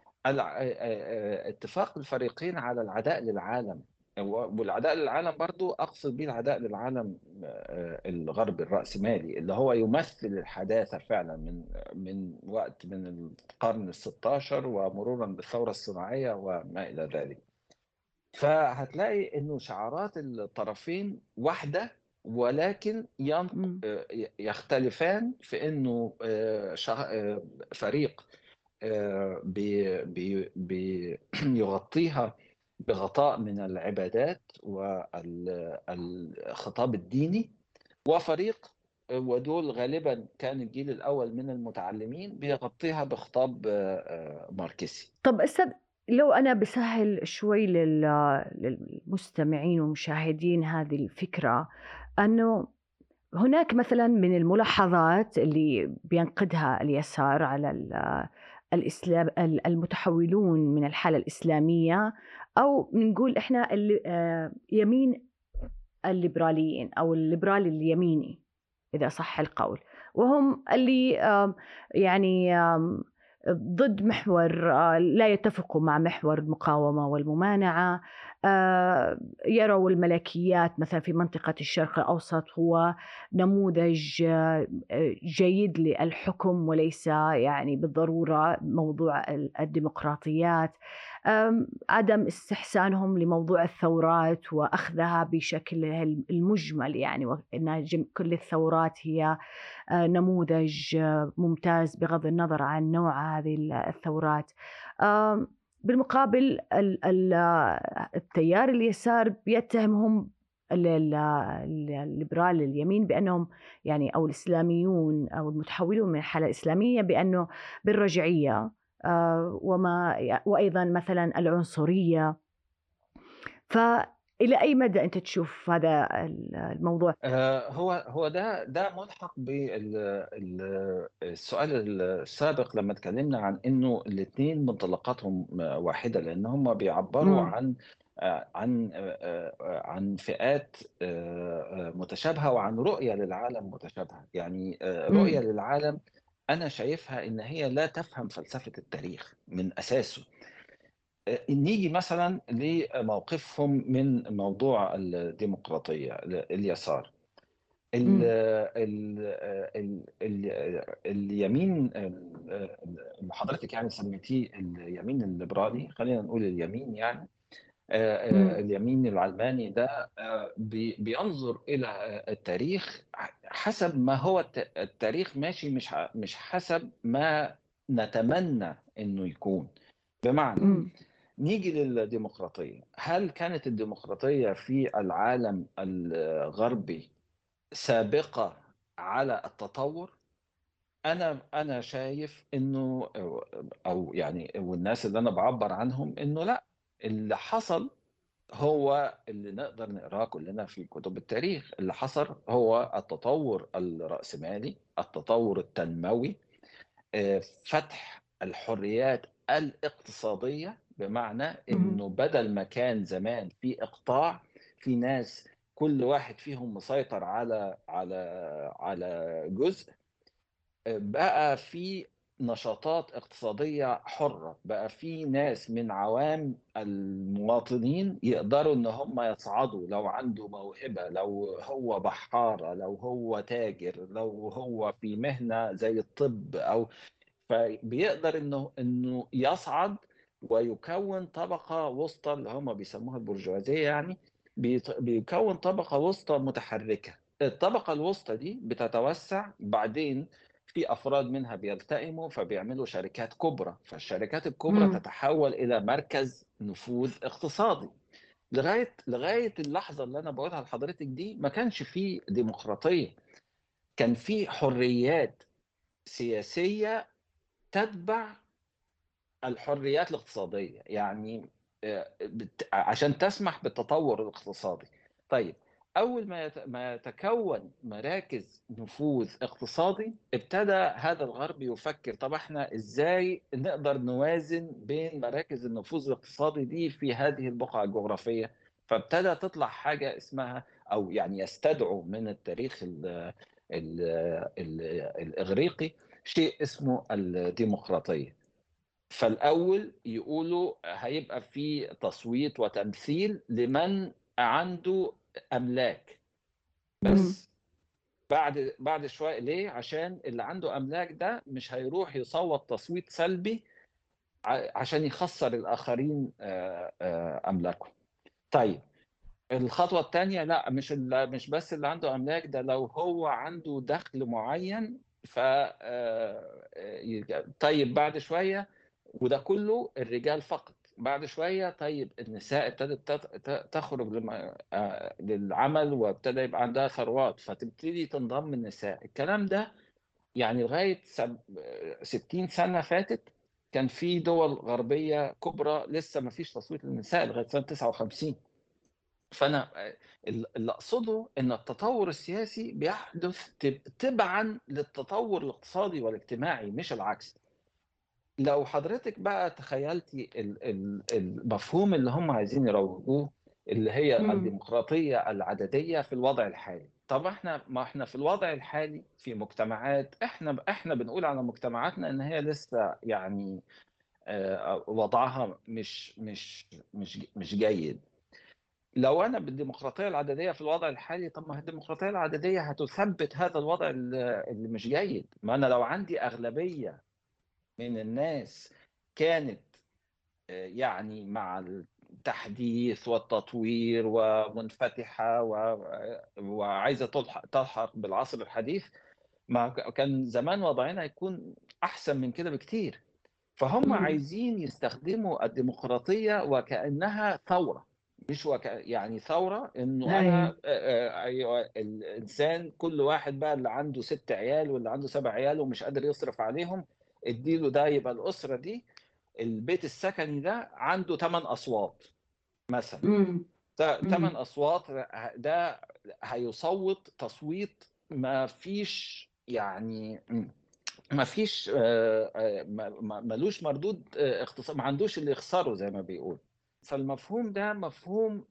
Speaker 2: اتفاق الفريقين على العداء للعالم. والعداء للعالم برضو أقصد به العداء للعالم الغربي الرأسمالي، اللي هو يمثل الحداثة فعلا من وقت من القرن الستاشر ومرورا بالثورة الصناعية وما إلى ذلك. فهتلاقي إنه شعارات الطرفين واحدة، ولكن
Speaker 3: مم.
Speaker 2: يختلفان في إنه فريق بيغطيها بغطاء من العبادات والخطاب الديني، وفريق ودول غالبا كان الجيل الأول من المتعلمين بيغطيها بخطاب ماركسي.
Speaker 3: طب أستاذ، لو أنا بسهل شوي للمستمعين والمشاهدين هذه الفكرة، أنه هناك مثلا من الملاحظات اللي بينقدها اليسار على الإسلام، المتحولون من الحالة الإسلامية، أو نقول إحنا يمين الليبراليين أو الليبرالي اليميني إذا صح القول، وهم اللي يعني ضد محور، لا يتفقوا مع محور المقاومة والممانعة. يروا الملكيات مثلا في منطقة الشرق الأوسط هو نموذج جيد للحكم، وليس يعني بالضرورة موضوع الديمقراطيات. عدم استحسانهم لموضوع الثورات وأخذها بشكلها المجمل، يعني وأن كل الثورات هي نموذج ممتاز بغض النظر عن نوع هذه الثورات. بالمقابل التيار اليسار بيتهمهم الليبرال اليمين بأنهم يعني، أو الإسلاميون أو المتحولون من الحالة الإسلامية، بأنه بالرجعية وأيضا مثلا العنصرية. فإلى أي مدى أنت تشوف هذا الموضوع؟
Speaker 2: هو ده ملحق بالسؤال السابق لما اتكلمنا عن انه الاثنين منطلقاتهم واحده، لان هم بيعبروا عن فئات متشابهه، وعن رؤيه للعالم متشابهه. يعني رؤيه للعالم انا شايفها ان هي لا تفهم فلسفه التاريخ من اساسه. نيجي مثلا لموقفهم من موضوع الديمقراطية. اليسار ال ال ال اليمين اللي حضرتك يعني سميتيه اليمين الليبرالي، خلينا نقول اليمين يعني اليمين العلماني ده بينظر إلى التاريخ حسب ما هو التاريخ ماشي، مش حسب ما نتمنى إنه يكون. بمعنى نيجي للديمقراطية. هل كانت الديمقراطية في العالم الغربي سابقة على التطور؟ أنا شايف إنه، أو يعني والناس اللي أنا بعبر عنهم إنه لا، اللي حصل هو اللي نقدر نقراه كلنا في كتب التاريخ. اللي حصل هو التطور الرأسمالي، التطور التنموي، فتح الحريات الاقتصادية، بمعنى انه بدل ما كان زمان في اقطاع، في ناس كل واحد فيهم مسيطر على جزء، بقى في نشاطات اقتصادية حرة، بقى في ناس من عوام المواطنين يقدروا ان هم يصعدوا لو عنده موهبة، لو هو بحارة، لو هو تاجر، لو هو في مهنة زي الطب، او فبيقدر انه يصعد ويكون طبقه وسطى اللي هم بيسموها البرجوازيه. يعني بيكون طبقه وسطى متحركه. الطبقه الوسطى دي بتتوسع بعدين، في افراد منها بيلتئموا فبيعملوا شركات كبرى، فالشركات الكبرى تتحول الى مركز نفوذ اقتصادي. لغايه اللحظه اللي انا بقولها لحضرتك دي ما كانش فيه ديمقراطيه، كان فيه حريات سياسية تتبع الحريات الاقتصادية، يعني عشان تسمح بالتطور الاقتصادي. طيب، أول ما يتكون مراكز نفوذ اقتصادي، ابتدى هذا الغرب يفكر طب احنا ازاي نقدر نوازن بين مراكز النفوذ الاقتصادي دي في هذه البقعة الجغرافية. فابتدى تطلع حاجة اسمها، أو يعني يستدعوا من التاريخ ال الإغريقي شيء اسمه الديمقراطية. فالأول يقولوا هيبقى في تصويت وتمثيل لمن عنده أملاك بس. بعد شوية، ليه؟ عشان اللي عنده أملاك ده مش هيروح يصوت تصويت سلبي عشان يخسر الآخرين أملاكهم. طيب، الخطوة الثانية، لا، مش بس اللي عنده أملاك ده، لو هو عنده دخل معين ف طيب بعد شوية، وده كله الرجال فقط. بعد شوية طيب النساء ابتدت تخرج للعمل، وابتدى يبقى عندها ثروات، فتبتدي تنضم النساء. الكلام ده يعني لغاية 60 سنة فاتت كان في دول غربية كبرى لسه ما فيش تصويت للنساء لغاية سنة 59. فأنا اللي أقصده إن التطور السياسي بيحدث تبعا للتطور الاقتصادي والاجتماعي، مش العكس. لو حضرتك بقى تخيلتي المفهوم اللي هم عايزين يروجوه، اللي هي الديمقراطية العددية في الوضع الحالي. طب احنا في الوضع الحالي في مجتمعات، احنا بنقول على مجتمعاتنا ان هي لسه يعني وضعها مش جيد. لو انا بالديمقراطيه العدديه في الوضع الحالي، طب ما الديمقراطيه العدديه هتثبت هذا الوضع اللي مش جيد. ما انا لو عندي اغلبيه من الناس كانت يعني مع التحديث والتطوير ومنفتحه وعايزه تلحق بالعصر الحديث، ما كان زمان وضعنا يكون احسن من كده بكتير. فهم عايزين يستخدموا الديمقراطيه وكانها ثوره، مش يعني ثوره انه انا ايوه الانسان كل واحد بقى اللي عنده 6 عيال واللي عنده 7 عيال ومش قادر يصرف عليهم، اديله ده يبقى الاسره دي، البيت السكني ده عنده 8 اصوات مثلا. 8 اصوات ده هيصوت تصويت ما فيش يعني ما فيش ملوش مردود اقتصادي، ما عندوش اللي يخسره زي ما بيقول. فالمفهوم ده مفهوم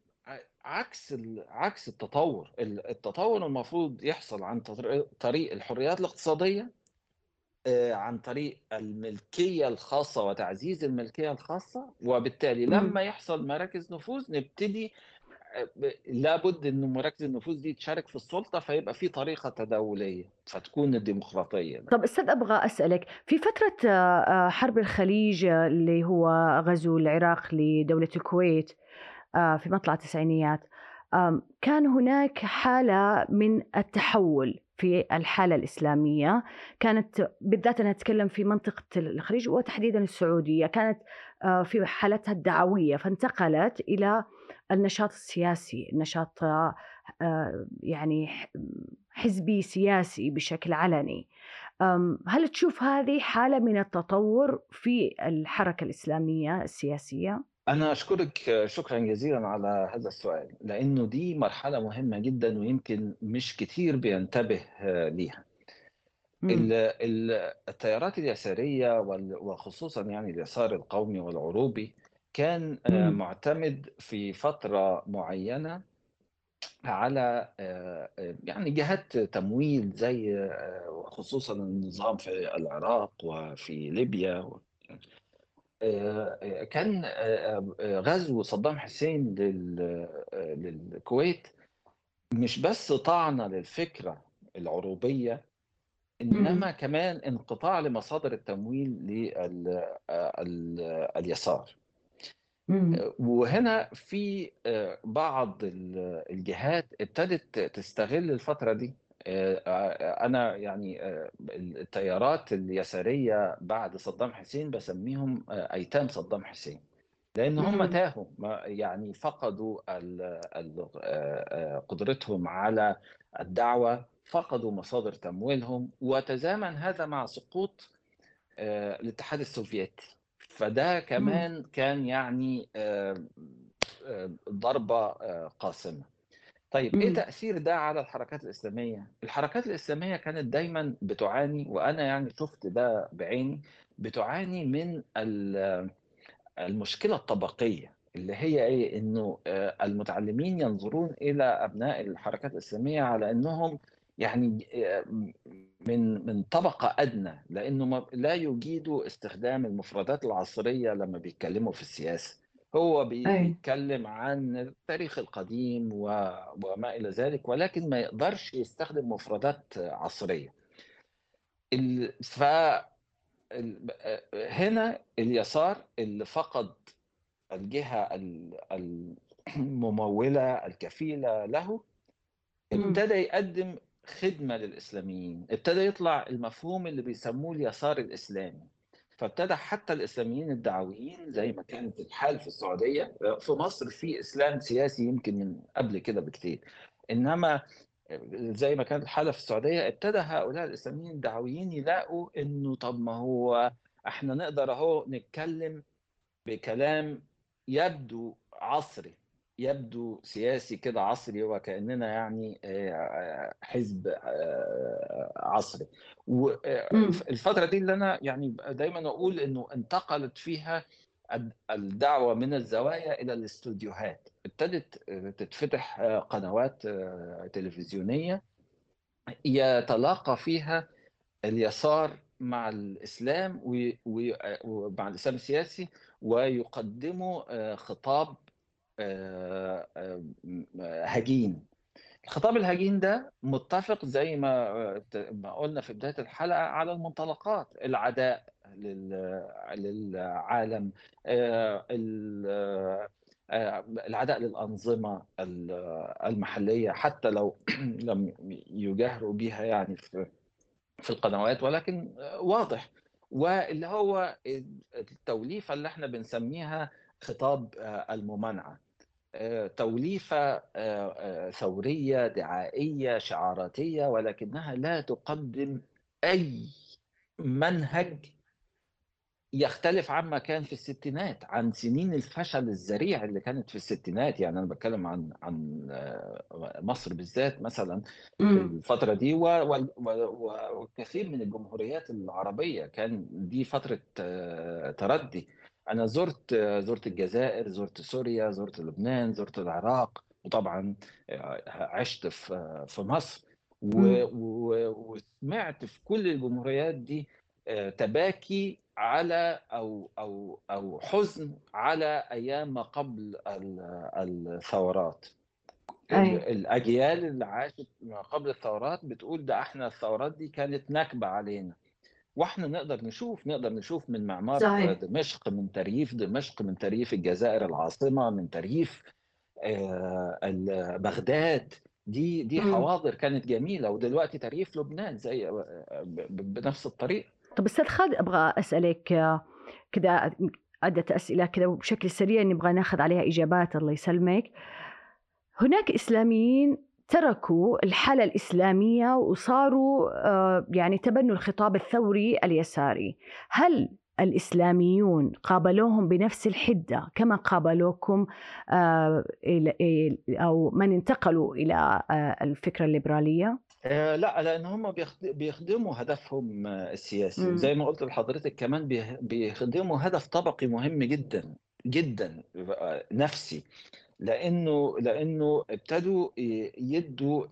Speaker 2: عكس التطور. التطور المفروض يحصل عن طريق الحريات الاقتصادية، عن طريق الملكية الخاصة وتعزيز الملكية الخاصة. وبالتالي لما يحصل مراكز نفوذ نبتدي لابد ان مراكز النفوذ دي تشارك في السلطه، فيبقى في طريقه تداوليه فتكون الديمقراطيه.
Speaker 3: طب أستاذ، أبغى أسألك في فترة حرب الخليج اللي هو غزو العراق لدولة الكويت في مطلع التسعينيات، كان هناك حالة من التحول في الحالة الإسلامية. كانت بالذات أنا أتكلم في منطقة الخليج وتحديدا السعودية، كانت في حالتها الدعوية، فانتقلت إلى النشاط السياسي، النشاط يعني حزبي سياسي بشكل علني. هل تشوف هذه حالة من التطور في الحركة الإسلامية السياسية؟
Speaker 2: أنا أشكرك شكرا جزيلا على هذا السؤال، لأنه دي مرحلة مهمة جدا ويمكن مش كتير بينتبه ليها. التيارات اليسارية وخصوصا يعني اليسار القومي والعروبي كان معتمد في فترة معينة على يعني جهات تمويل زي خصوصا النظام في العراق وفي ليبيا. كان غزو صدام حسين للكويت مش بس طعنة للفكرة العروبية، إنما كمان انقطاع لمصادر التمويل لليسار. وهنا في بعض الجهات ابتدت تستغل الفترة دي. أنا يعني التيارات اليسارية بعد صدام حسين بسميهم أيتام صدام حسين، لأن هم تاهوا، يعني فقدوا قدرتهم على الدعوة فقدوا مصادر تمويلهم، وتزامن هذا مع سقوط الاتحاد السوفيتي. فده
Speaker 3: مم.
Speaker 2: كمان كان يعني ضربة قاسمة. طيب ايه
Speaker 3: مم.
Speaker 2: تأثير ده على الحركات الإسلامية؟ الحركات الإسلامية كانت دايما بتعاني، وأنا يعني شفت ده بعيني، بتعاني من المشكلة الطبقية، اللي هي ايه؟ انه المتعلمين ينظرون الى ابناء الحركات الإسلامية على انهم يعني من طبقة أدنى، لأنه لا يجيدوا استخدام المفردات العصرية لما بيتكلموا في السياسة. هو
Speaker 3: أي.
Speaker 2: بيتكلم عن التاريخ القديم وما إلى ذلك، ولكن ما يقدرش يستخدم مفردات عصرية. فهنا اليسار اللي فقد الجهة الممولة الكفيلة له
Speaker 3: مم.
Speaker 2: ابتدى يقدم خدمة للإسلاميين، ابتدى يطلع المفهوم اللي بيسموه اليسار الإسلامي. فابتدى حتى الإسلاميين الدعويين زي ما كانت الحال في السعودية، في مصر في إسلام سياسي يمكن من قبل كده بكتير، إنما زي ما كانت الحالة في السعودية ابتدى هؤلاء الإسلاميين الدعويين يلاقوا إنه طب ما هو احنا نقدر اهو نتكلم بكلام يبدو عصري، يبدو سياسي كده عصري، وكأننا يعني حزب عصري.
Speaker 3: مم.
Speaker 2: والفترة دي اللي أنا يعني دايما أقول إنه انتقلت فيها الدعوة من الزوايا إلى الاستوديوهات. ابتدت تتفتح قنوات تلفزيونية يتلاقى فيها اليسار مع الإسلام ومع الإسلام السياسي، ويقدموا خطاب هجين. الخطاب الهجين ده متفق زي ما قلنا في بداية الحلقة على المنطلقات: العداء للعالم، العداء للأنظمة المحلية، حتى لو لم يجاهروا بها يعني في القنوات، ولكن واضح. واللي هو التوليفة اللي احنا بنسميها خطاب الممانعة، توليفة ثورية دعائية شعاراتية، ولكنها لا تقدم أي منهج يختلف عما كان في الستينات، عن سنين الفشل الذريع اللي كانت في الستينات. يعني أنا بتكلم عن مصر بالذات مثلا في
Speaker 3: مم.
Speaker 2: الفترة دي، وكثير من الجمهوريات العربية كان دي فترة تردي. أنا زرت الجزائر، زرت سوريا، زرت لبنان، زرت العراق، وطبعا عشت في مصر،
Speaker 3: مم.
Speaker 2: وسمعت في كل الجمهوريات دي تباكي على او حزن على ايام ما قبل الثورات.
Speaker 3: أي.
Speaker 2: الاجيال اللي عاشت ما قبل الثورات بتقول ده احنا الثورات دي كانت نكبة علينا. واحنا نقدر نشوف من معمار
Speaker 3: صحيح.
Speaker 2: دمشق، من ترييف دمشق، من ترييف الجزائر العاصمة، من ترييف بغداد. دي
Speaker 3: مم.
Speaker 2: حواضر كانت جميلة، ودلوقتي ترييف لبنان زي بنفس الطريقة.
Speaker 3: طب أستاذ خالد، أبغى أسألك كذا عدة أسئلة كذا بشكل سريع نبغى ناخذ عليها إجابات، الله يسلمك. هناك إسلاميين تركوا الحالة الإسلامية وصاروا يعني تبنوا الخطاب الثوري اليساري. هل الإسلاميون قابلوهم بنفس الحدة كما قابلوكم أو من انتقلوا إلى الفكرة الليبرالية؟
Speaker 2: لا، لان هم بيخدموا هدفهم السياسي،
Speaker 3: مم.
Speaker 2: وزي ما قلت لحضرتك كمان بيخدموا هدف طبقي مهم جدا جدا، نفسي. لانه ابتدوا يدوا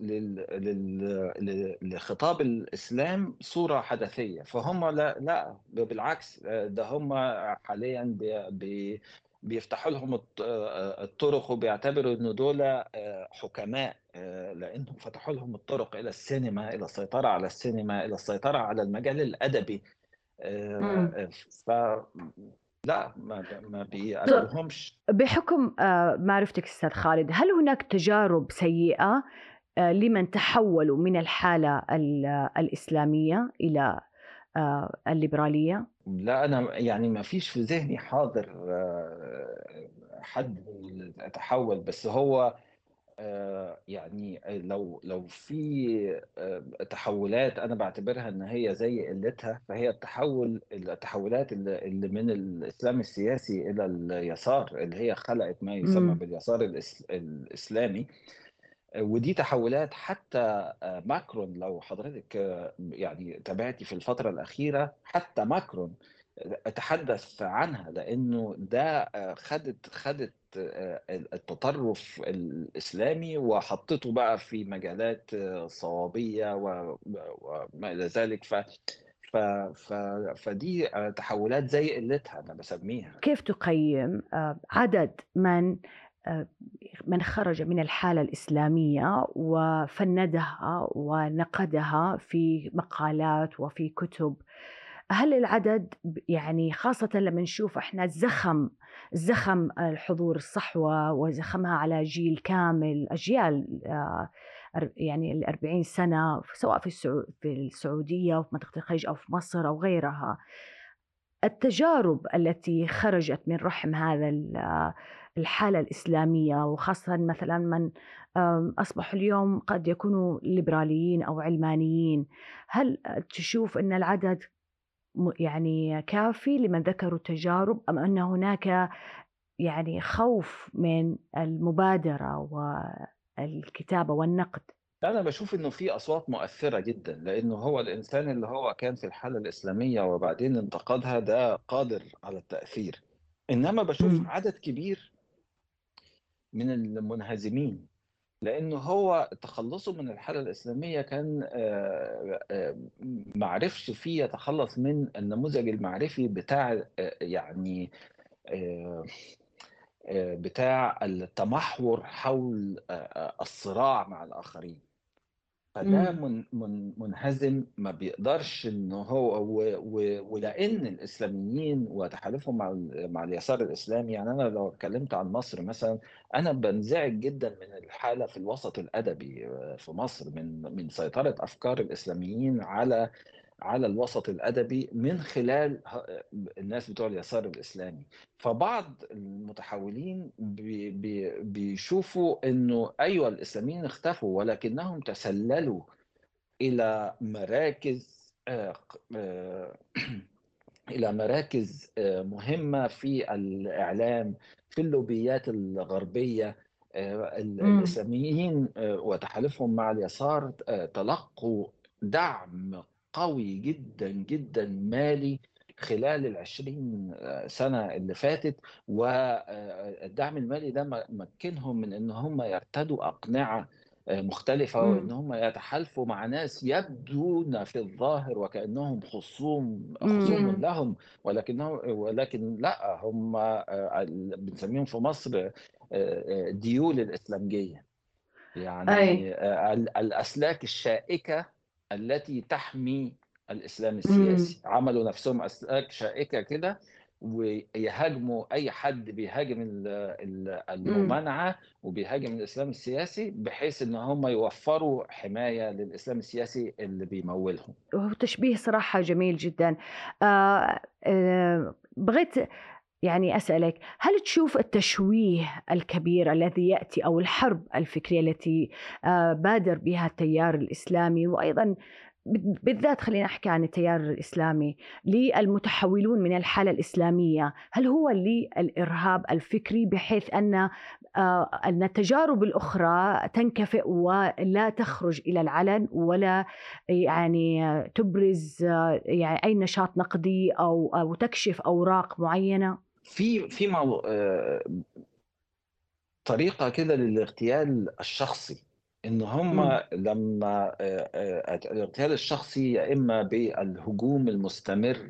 Speaker 2: لخطاب الاسلام صوره حدثيه. فهم لا بالعكس، ده هم حاليا بيفتحوا لهم الطرق، وبيعتبروا انه دول حكماء، لانهم فتحوا لهم الطرق الى السينما، الى السيطره على السينما، الى السيطره على المجال الادبي.
Speaker 3: مم.
Speaker 2: فلا ما بيقابلوهمش.
Speaker 3: بحكم معرفتك أستاذ خالد، هل هناك تجارب سيئة لمن تحولوا من الحالة الإسلامية إلى الليبرالية؟
Speaker 2: لا، انا يعني ما فيش في ذهني حاضر حد تحول، بس هو يعني لو في تحولات انا بعتبرها ان هي زي قلتها، فهي التحولات اللي من الاسلام السياسي الى اليسار، اللي هي خلقت ما يسمى
Speaker 3: امم
Speaker 2: باليسار الاسلامي. ودي تحولات حتى ماكرون، لو حضرتك يعني تابعتي في الفترة الأخيرة، حتى ماكرون تحدث عنها، لأنه ده خدت التطرف الإسلامي وحطته بقى في مجالات صوابية وما إلى ذلك. ف ف فدي تحولات زي قلتها أنا بسميها.
Speaker 3: كيف تقيم عدد من خرج من الحالة الإسلامية وفندها ونقدها في مقالات وفي كتب؟ هل العدد يعني خاصة لما نشوف احنا زخم الحضور الصحوة وزخمها على جيل كامل، أجيال يعني 40 سنة، سواء في السعودية أو في منطقة الخليج أو في مصر أو غيرها، التجارب التي خرجت من رحم هذا الحالة الإسلامية، وخاصة مثلا من أصبحوا اليوم قد يكونوا ليبراليين أو علمانيين، هل تشوف أن العدد يعني كافي لمن ذكروا التجارب، أم أن هناك يعني خوف من المبادرة والكتابة والنقد؟
Speaker 2: أنا بشوف إنه في أصوات مؤثرة جدا، لأنه هو الإنسان اللي هو كان في الحالة الإسلامية وبعدين انتقدها ده قادر على التأثير. إنما بشوف
Speaker 3: مم.
Speaker 2: عدد كبير من المنهزمين، لأنه هو تخلصه من الحالة الإسلامية كان معرفش فيه يتخلص من النموذج المعرفي بتاع يعني آه، بتاع التمحور حول الصراع مع الآخرين. فده
Speaker 3: مم.
Speaker 2: منهزم، ما بيقدرش ان هو ولان الاسلاميين وتحالفهم مع اليسار الاسلامي. يعني انا لو اتكلمت عن مصر مثلا، انا بنزعج جدا من الحاله في الوسط الادبي في مصر، من سيطره افكار الاسلاميين على الوسط الأدبي من خلال الناس بتوع اليسار الإسلامي. فبعض المتحولين بيشوفوا أنه أيوة الإسلاميين اختفوا، ولكنهم تسللوا إلى مراكز إلى مراكز مهمة في الإعلام، في اللوبيات الغربية.
Speaker 3: مم.
Speaker 2: الإسلاميين وتحالفهم مع اليسار تلقوا دعم قوي جدا جدا مالي خلال 20 سنة اللي فاتت، والدعم المالي ده مكنهم من ان هم يرتدوا أقنعة مختلفة، وان
Speaker 3: مم.
Speaker 2: هم يتحالفوا مع ناس يبدون في الظاهر وكأنهم خصوم
Speaker 3: مم.
Speaker 2: لهم، ولكن لا، هم بنسميهم في مصر ديول الإسلامجية،
Speaker 3: أي.
Speaker 2: يعني الأسلاك الشائكة التي تحمي الإسلام
Speaker 3: مم.
Speaker 2: السياسي. عملوا نفسهم أسلاك شائكة كده، ويهاجموا أي حد بيهاجم
Speaker 3: مم.
Speaker 2: الممانعة وبيهاجم الإسلام السياسي، بحيث إن هم يوفروا حماية للإسلام السياسي اللي بيمولهم.
Speaker 3: وهو تشبيه صراحة جميل جدا. بغيت يعني أسألك، هل تشوف التشويه الكبير الذي يأتي أو الحرب الفكرية التي بادر بها التيار الإسلامي، وأيضا بالذات خلينا نحكي عن التيار الإسلامي، للمتحولون من الحالة الإسلامية، هل هو للإرهاب الفكري بحيث أن التجارب الأخرى تنكفئ ولا تخرج إلى العلن، ولا يعني تبرز يعني أي نشاط نقدي أو تكشف أوراق معينة؟
Speaker 2: في طريقة كده للاغتيال الشخصي، ان هم
Speaker 3: مم.
Speaker 2: لما الاغتيال الشخصي يا اما بالهجوم المستمر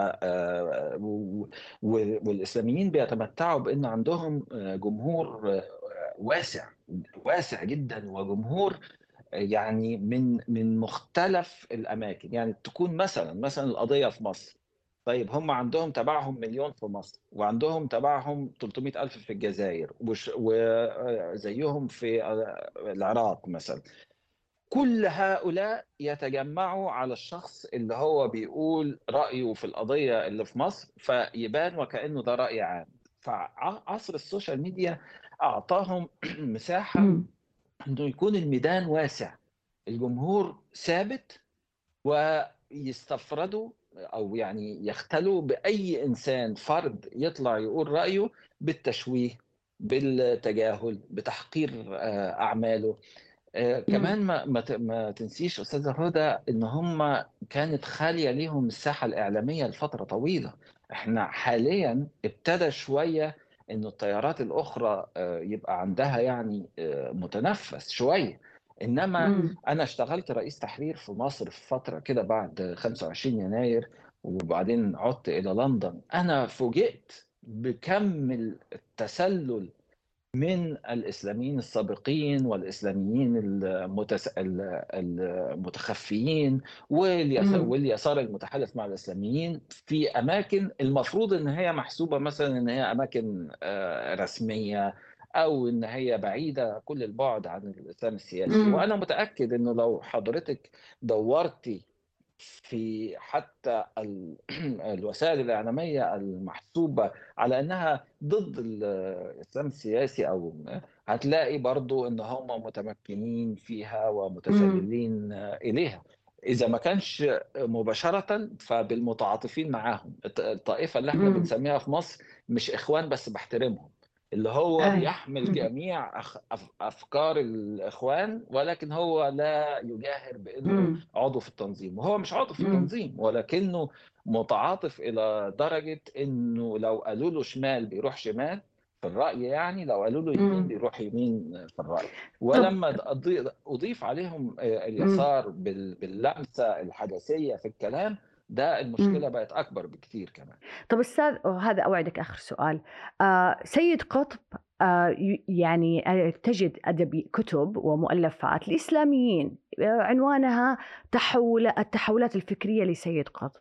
Speaker 2: والاسلاميين بيتمتعوا بان عندهم جمهور واسع واسع جدا، وجمهور يعني من مختلف الاماكن. يعني تكون مثلا القضيه في مصر، طيب هم عندهم تبعهم مليون في مصر، وعندهم تبعهم 300 ألف في الجزائر، وزيهم في العراق مثلا. كل هؤلاء يتجمعوا على الشخص اللي هو بيقول رأيه في القضية اللي في مصر، فيبان وكأنه ده رأي عام. فعصر السوشيال ميديا أعطاهم مساحة
Speaker 3: مم.
Speaker 2: انه يكون الميدان واسع، الجمهور ثابت، ويستفردوا او يعني يختلوا باي انسان فرد يطلع يقول رايه بالتشويه، بالتجاهل، بتحقير اعماله.
Speaker 3: مم.
Speaker 2: كمان ما تنسيش استاذه هدى ان هم كانت خاليه ليهم الساحه الاعلاميه لفتره طويله. احنا حاليا ابتدى شويه انه التيارات الاخرى يبقى عندها يعني متنفس شويه. انما
Speaker 3: مم.
Speaker 2: انا اشتغلت رئيس تحرير في مصر في فتره كده بعد 25 يناير، وبعدين عدت الى لندن. انا فوجئت بكم التسلل من الإسلاميين السابقين والإسلاميين المتخفيين
Speaker 3: مم.
Speaker 2: واليسار المتحالف مع الإسلاميين في أماكن المفروض إن هي محسوبة مثلا إن هي أماكن رسمية، أو إن هي بعيدة كل البعد عن الإسلام السياسي.
Speaker 3: مم.
Speaker 2: وأنا متأكد إنه لو حضرتك دورتي في حتى الوسائل الإعلامية المحسوبة على أنها ضد الإسلام السياسي، أو هتلاقي برضو أن هم متمكنين فيها
Speaker 3: مم.
Speaker 2: ومتسللين إليها. إذا ما كانش مباشرة فبالمتعاطفين معاهم. الطائفة اللي احنا
Speaker 3: مم.
Speaker 2: بنسميها في مصر مش إخوان بس بحترمهم، اللي هو
Speaker 3: أي.
Speaker 2: بيحمل جميع أفكار الإخوان، ولكن هو لا يجاهر بأنه
Speaker 3: مم.
Speaker 2: عضو في التنظيم، وهو مش عضو في
Speaker 3: مم.
Speaker 2: التنظيم، ولكنه متعاطف إلى درجة إنه لو قالوا له شمال بيروح شمال في الرأي، يعني لو قالوا له يمين
Speaker 3: مم.
Speaker 2: بيروح يمين في الرأي.
Speaker 3: طب.
Speaker 2: ولما أضيف عليهم
Speaker 3: مم.
Speaker 2: اليسار باللمسة الحدثية في الكلام ده،
Speaker 3: مم.
Speaker 2: المشكلة بقت أكبر بكتير كمان.
Speaker 3: طب أستاذ، هذا أوعدك آخر سؤال. سيد قطب، يعني تجد أدبي كتب ومؤلفات لإسلاميين عنوانها التحولات الفكرية لسيد قطب.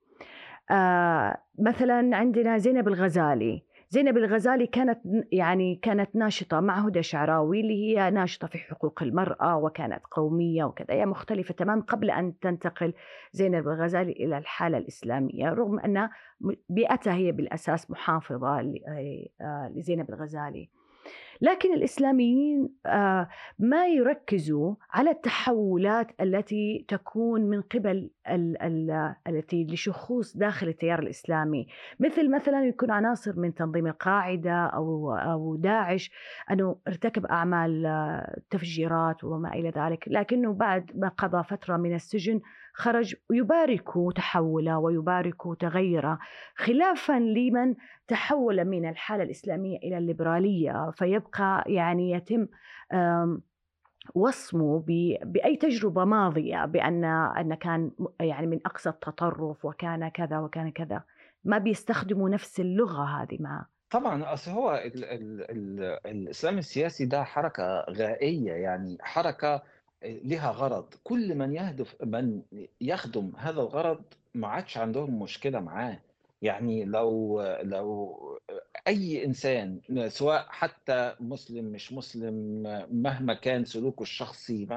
Speaker 3: مثلا عندنا زينب الغزالي. زينب الغزالي كانت ناشطة مع هدى شعراوي، اللي هي ناشطة في حقوق المرأة، وكانت قومية وكذا، هي مختلفة تماما قبل أن تنتقل زينب الغزالي إلى الحالة الإسلامية، رغم أن بيئتها هي بالأساس محافظة لزينب الغزالي. لكن الإسلاميين ما يركزوا على التحولات التي تكون من قبل التي لشخوص داخل التيار الإسلامي، مثلا يكون عناصر من تنظيم القاعدة أو داعش أنه ارتكب أعمال تفجيرات وما إلى ذلك، لكنه بعد ما قضى فترة من السجن خرج ويبارك تحوله ويبارك تغيره، خلافا لمن تحول من الحالة الإسلامية إلى الليبرالية، فيبقى يعني يتم وصمه بأي تجربة ماضية بأن كان يعني من أقصى التطرف وكان كذا وكان كذا. ما بيستخدموا نفس اللغة هذه معه.
Speaker 2: طبعا اصل هو الاسلام السياسي ده حركه غائيه، يعني حركه لها غرض. كل من يخدم هذا الغرض ما عادش عندهم مشكله معاه. يعني لو اي انسان سواء حتى مسلم مش مسلم، مهما كان سلوكه الشخصي،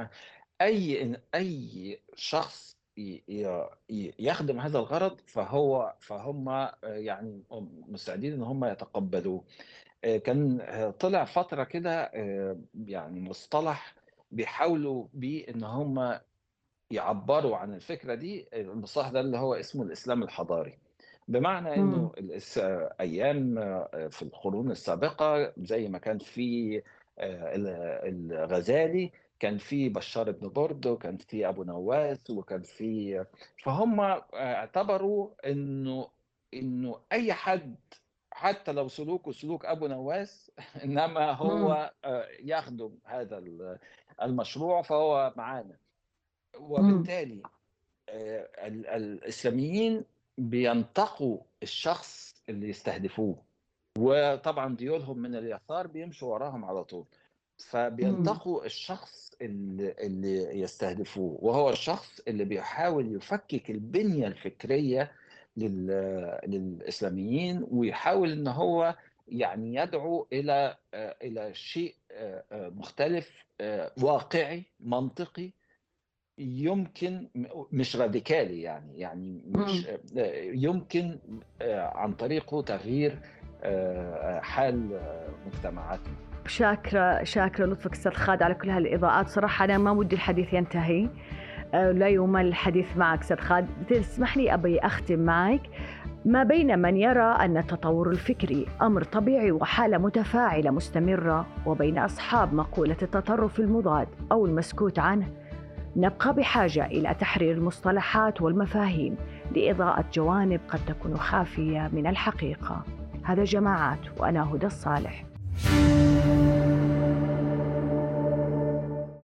Speaker 2: اي شخص يخدم هذا الغرض فهم يعني مستعدين ان هم يتقبلوه. كان طلع فترة كده يعني مصطلح بيحاولوا بيه ان هم يعبروا عن الفكرة دي. المصطلح ده اللي هو اسمه الإسلام الحضاري، بمعنى انه
Speaker 3: مم.
Speaker 2: ايام في القرون السابقة زي ما كان في الغزالي، كان في بشار بن برد، وكان في ابو نواس، وكان في، فهم اعتبروا انه اي حد حتى لو سلوكه سلوك ابو نواس انما
Speaker 3: مم.
Speaker 2: هو يخدم هذا المشروع فهو معانا.
Speaker 3: مم.
Speaker 2: وبالتالي الإسلاميين بينتقوا الشخص اللي يستهدفوه، وطبعا ديولهم من اليسار بيمشوا وراهم على طول،
Speaker 3: مم.
Speaker 2: فبينتقوا الشخص اللي يستهدفوه، وهو الشخص اللي بيحاول يفكك البنية الفكرية للإسلاميين، ويحاول ان هو يعني يدعو الى شيء مختلف، واقعي منطقي، يمكن مش راديكالي، يعني مش
Speaker 3: مم.
Speaker 2: يمكن عن طريقه تغيير حال مجتمعاتنا.
Speaker 3: شاكرة لطفك أستاذ خالد على كل هالإضاءات. صراحة أنا ما ودي الحديث ينتهي، لا يمل الحديث معك أستاذ خالد. تسمح لي أبي أختم معك. ما بين من يرى أن التطور الفكري أمر طبيعي وحالة متفاعلة مستمرة، وبين أصحاب مقولة التطرف المضاد أو المسكوت عنه، نبقى بحاجة إلى تحرير المصطلحات والمفاهيم لإضاءة جوانب قد تكون خافية من الحقيقة. هذا جماعات، وأنا هدى الصالح.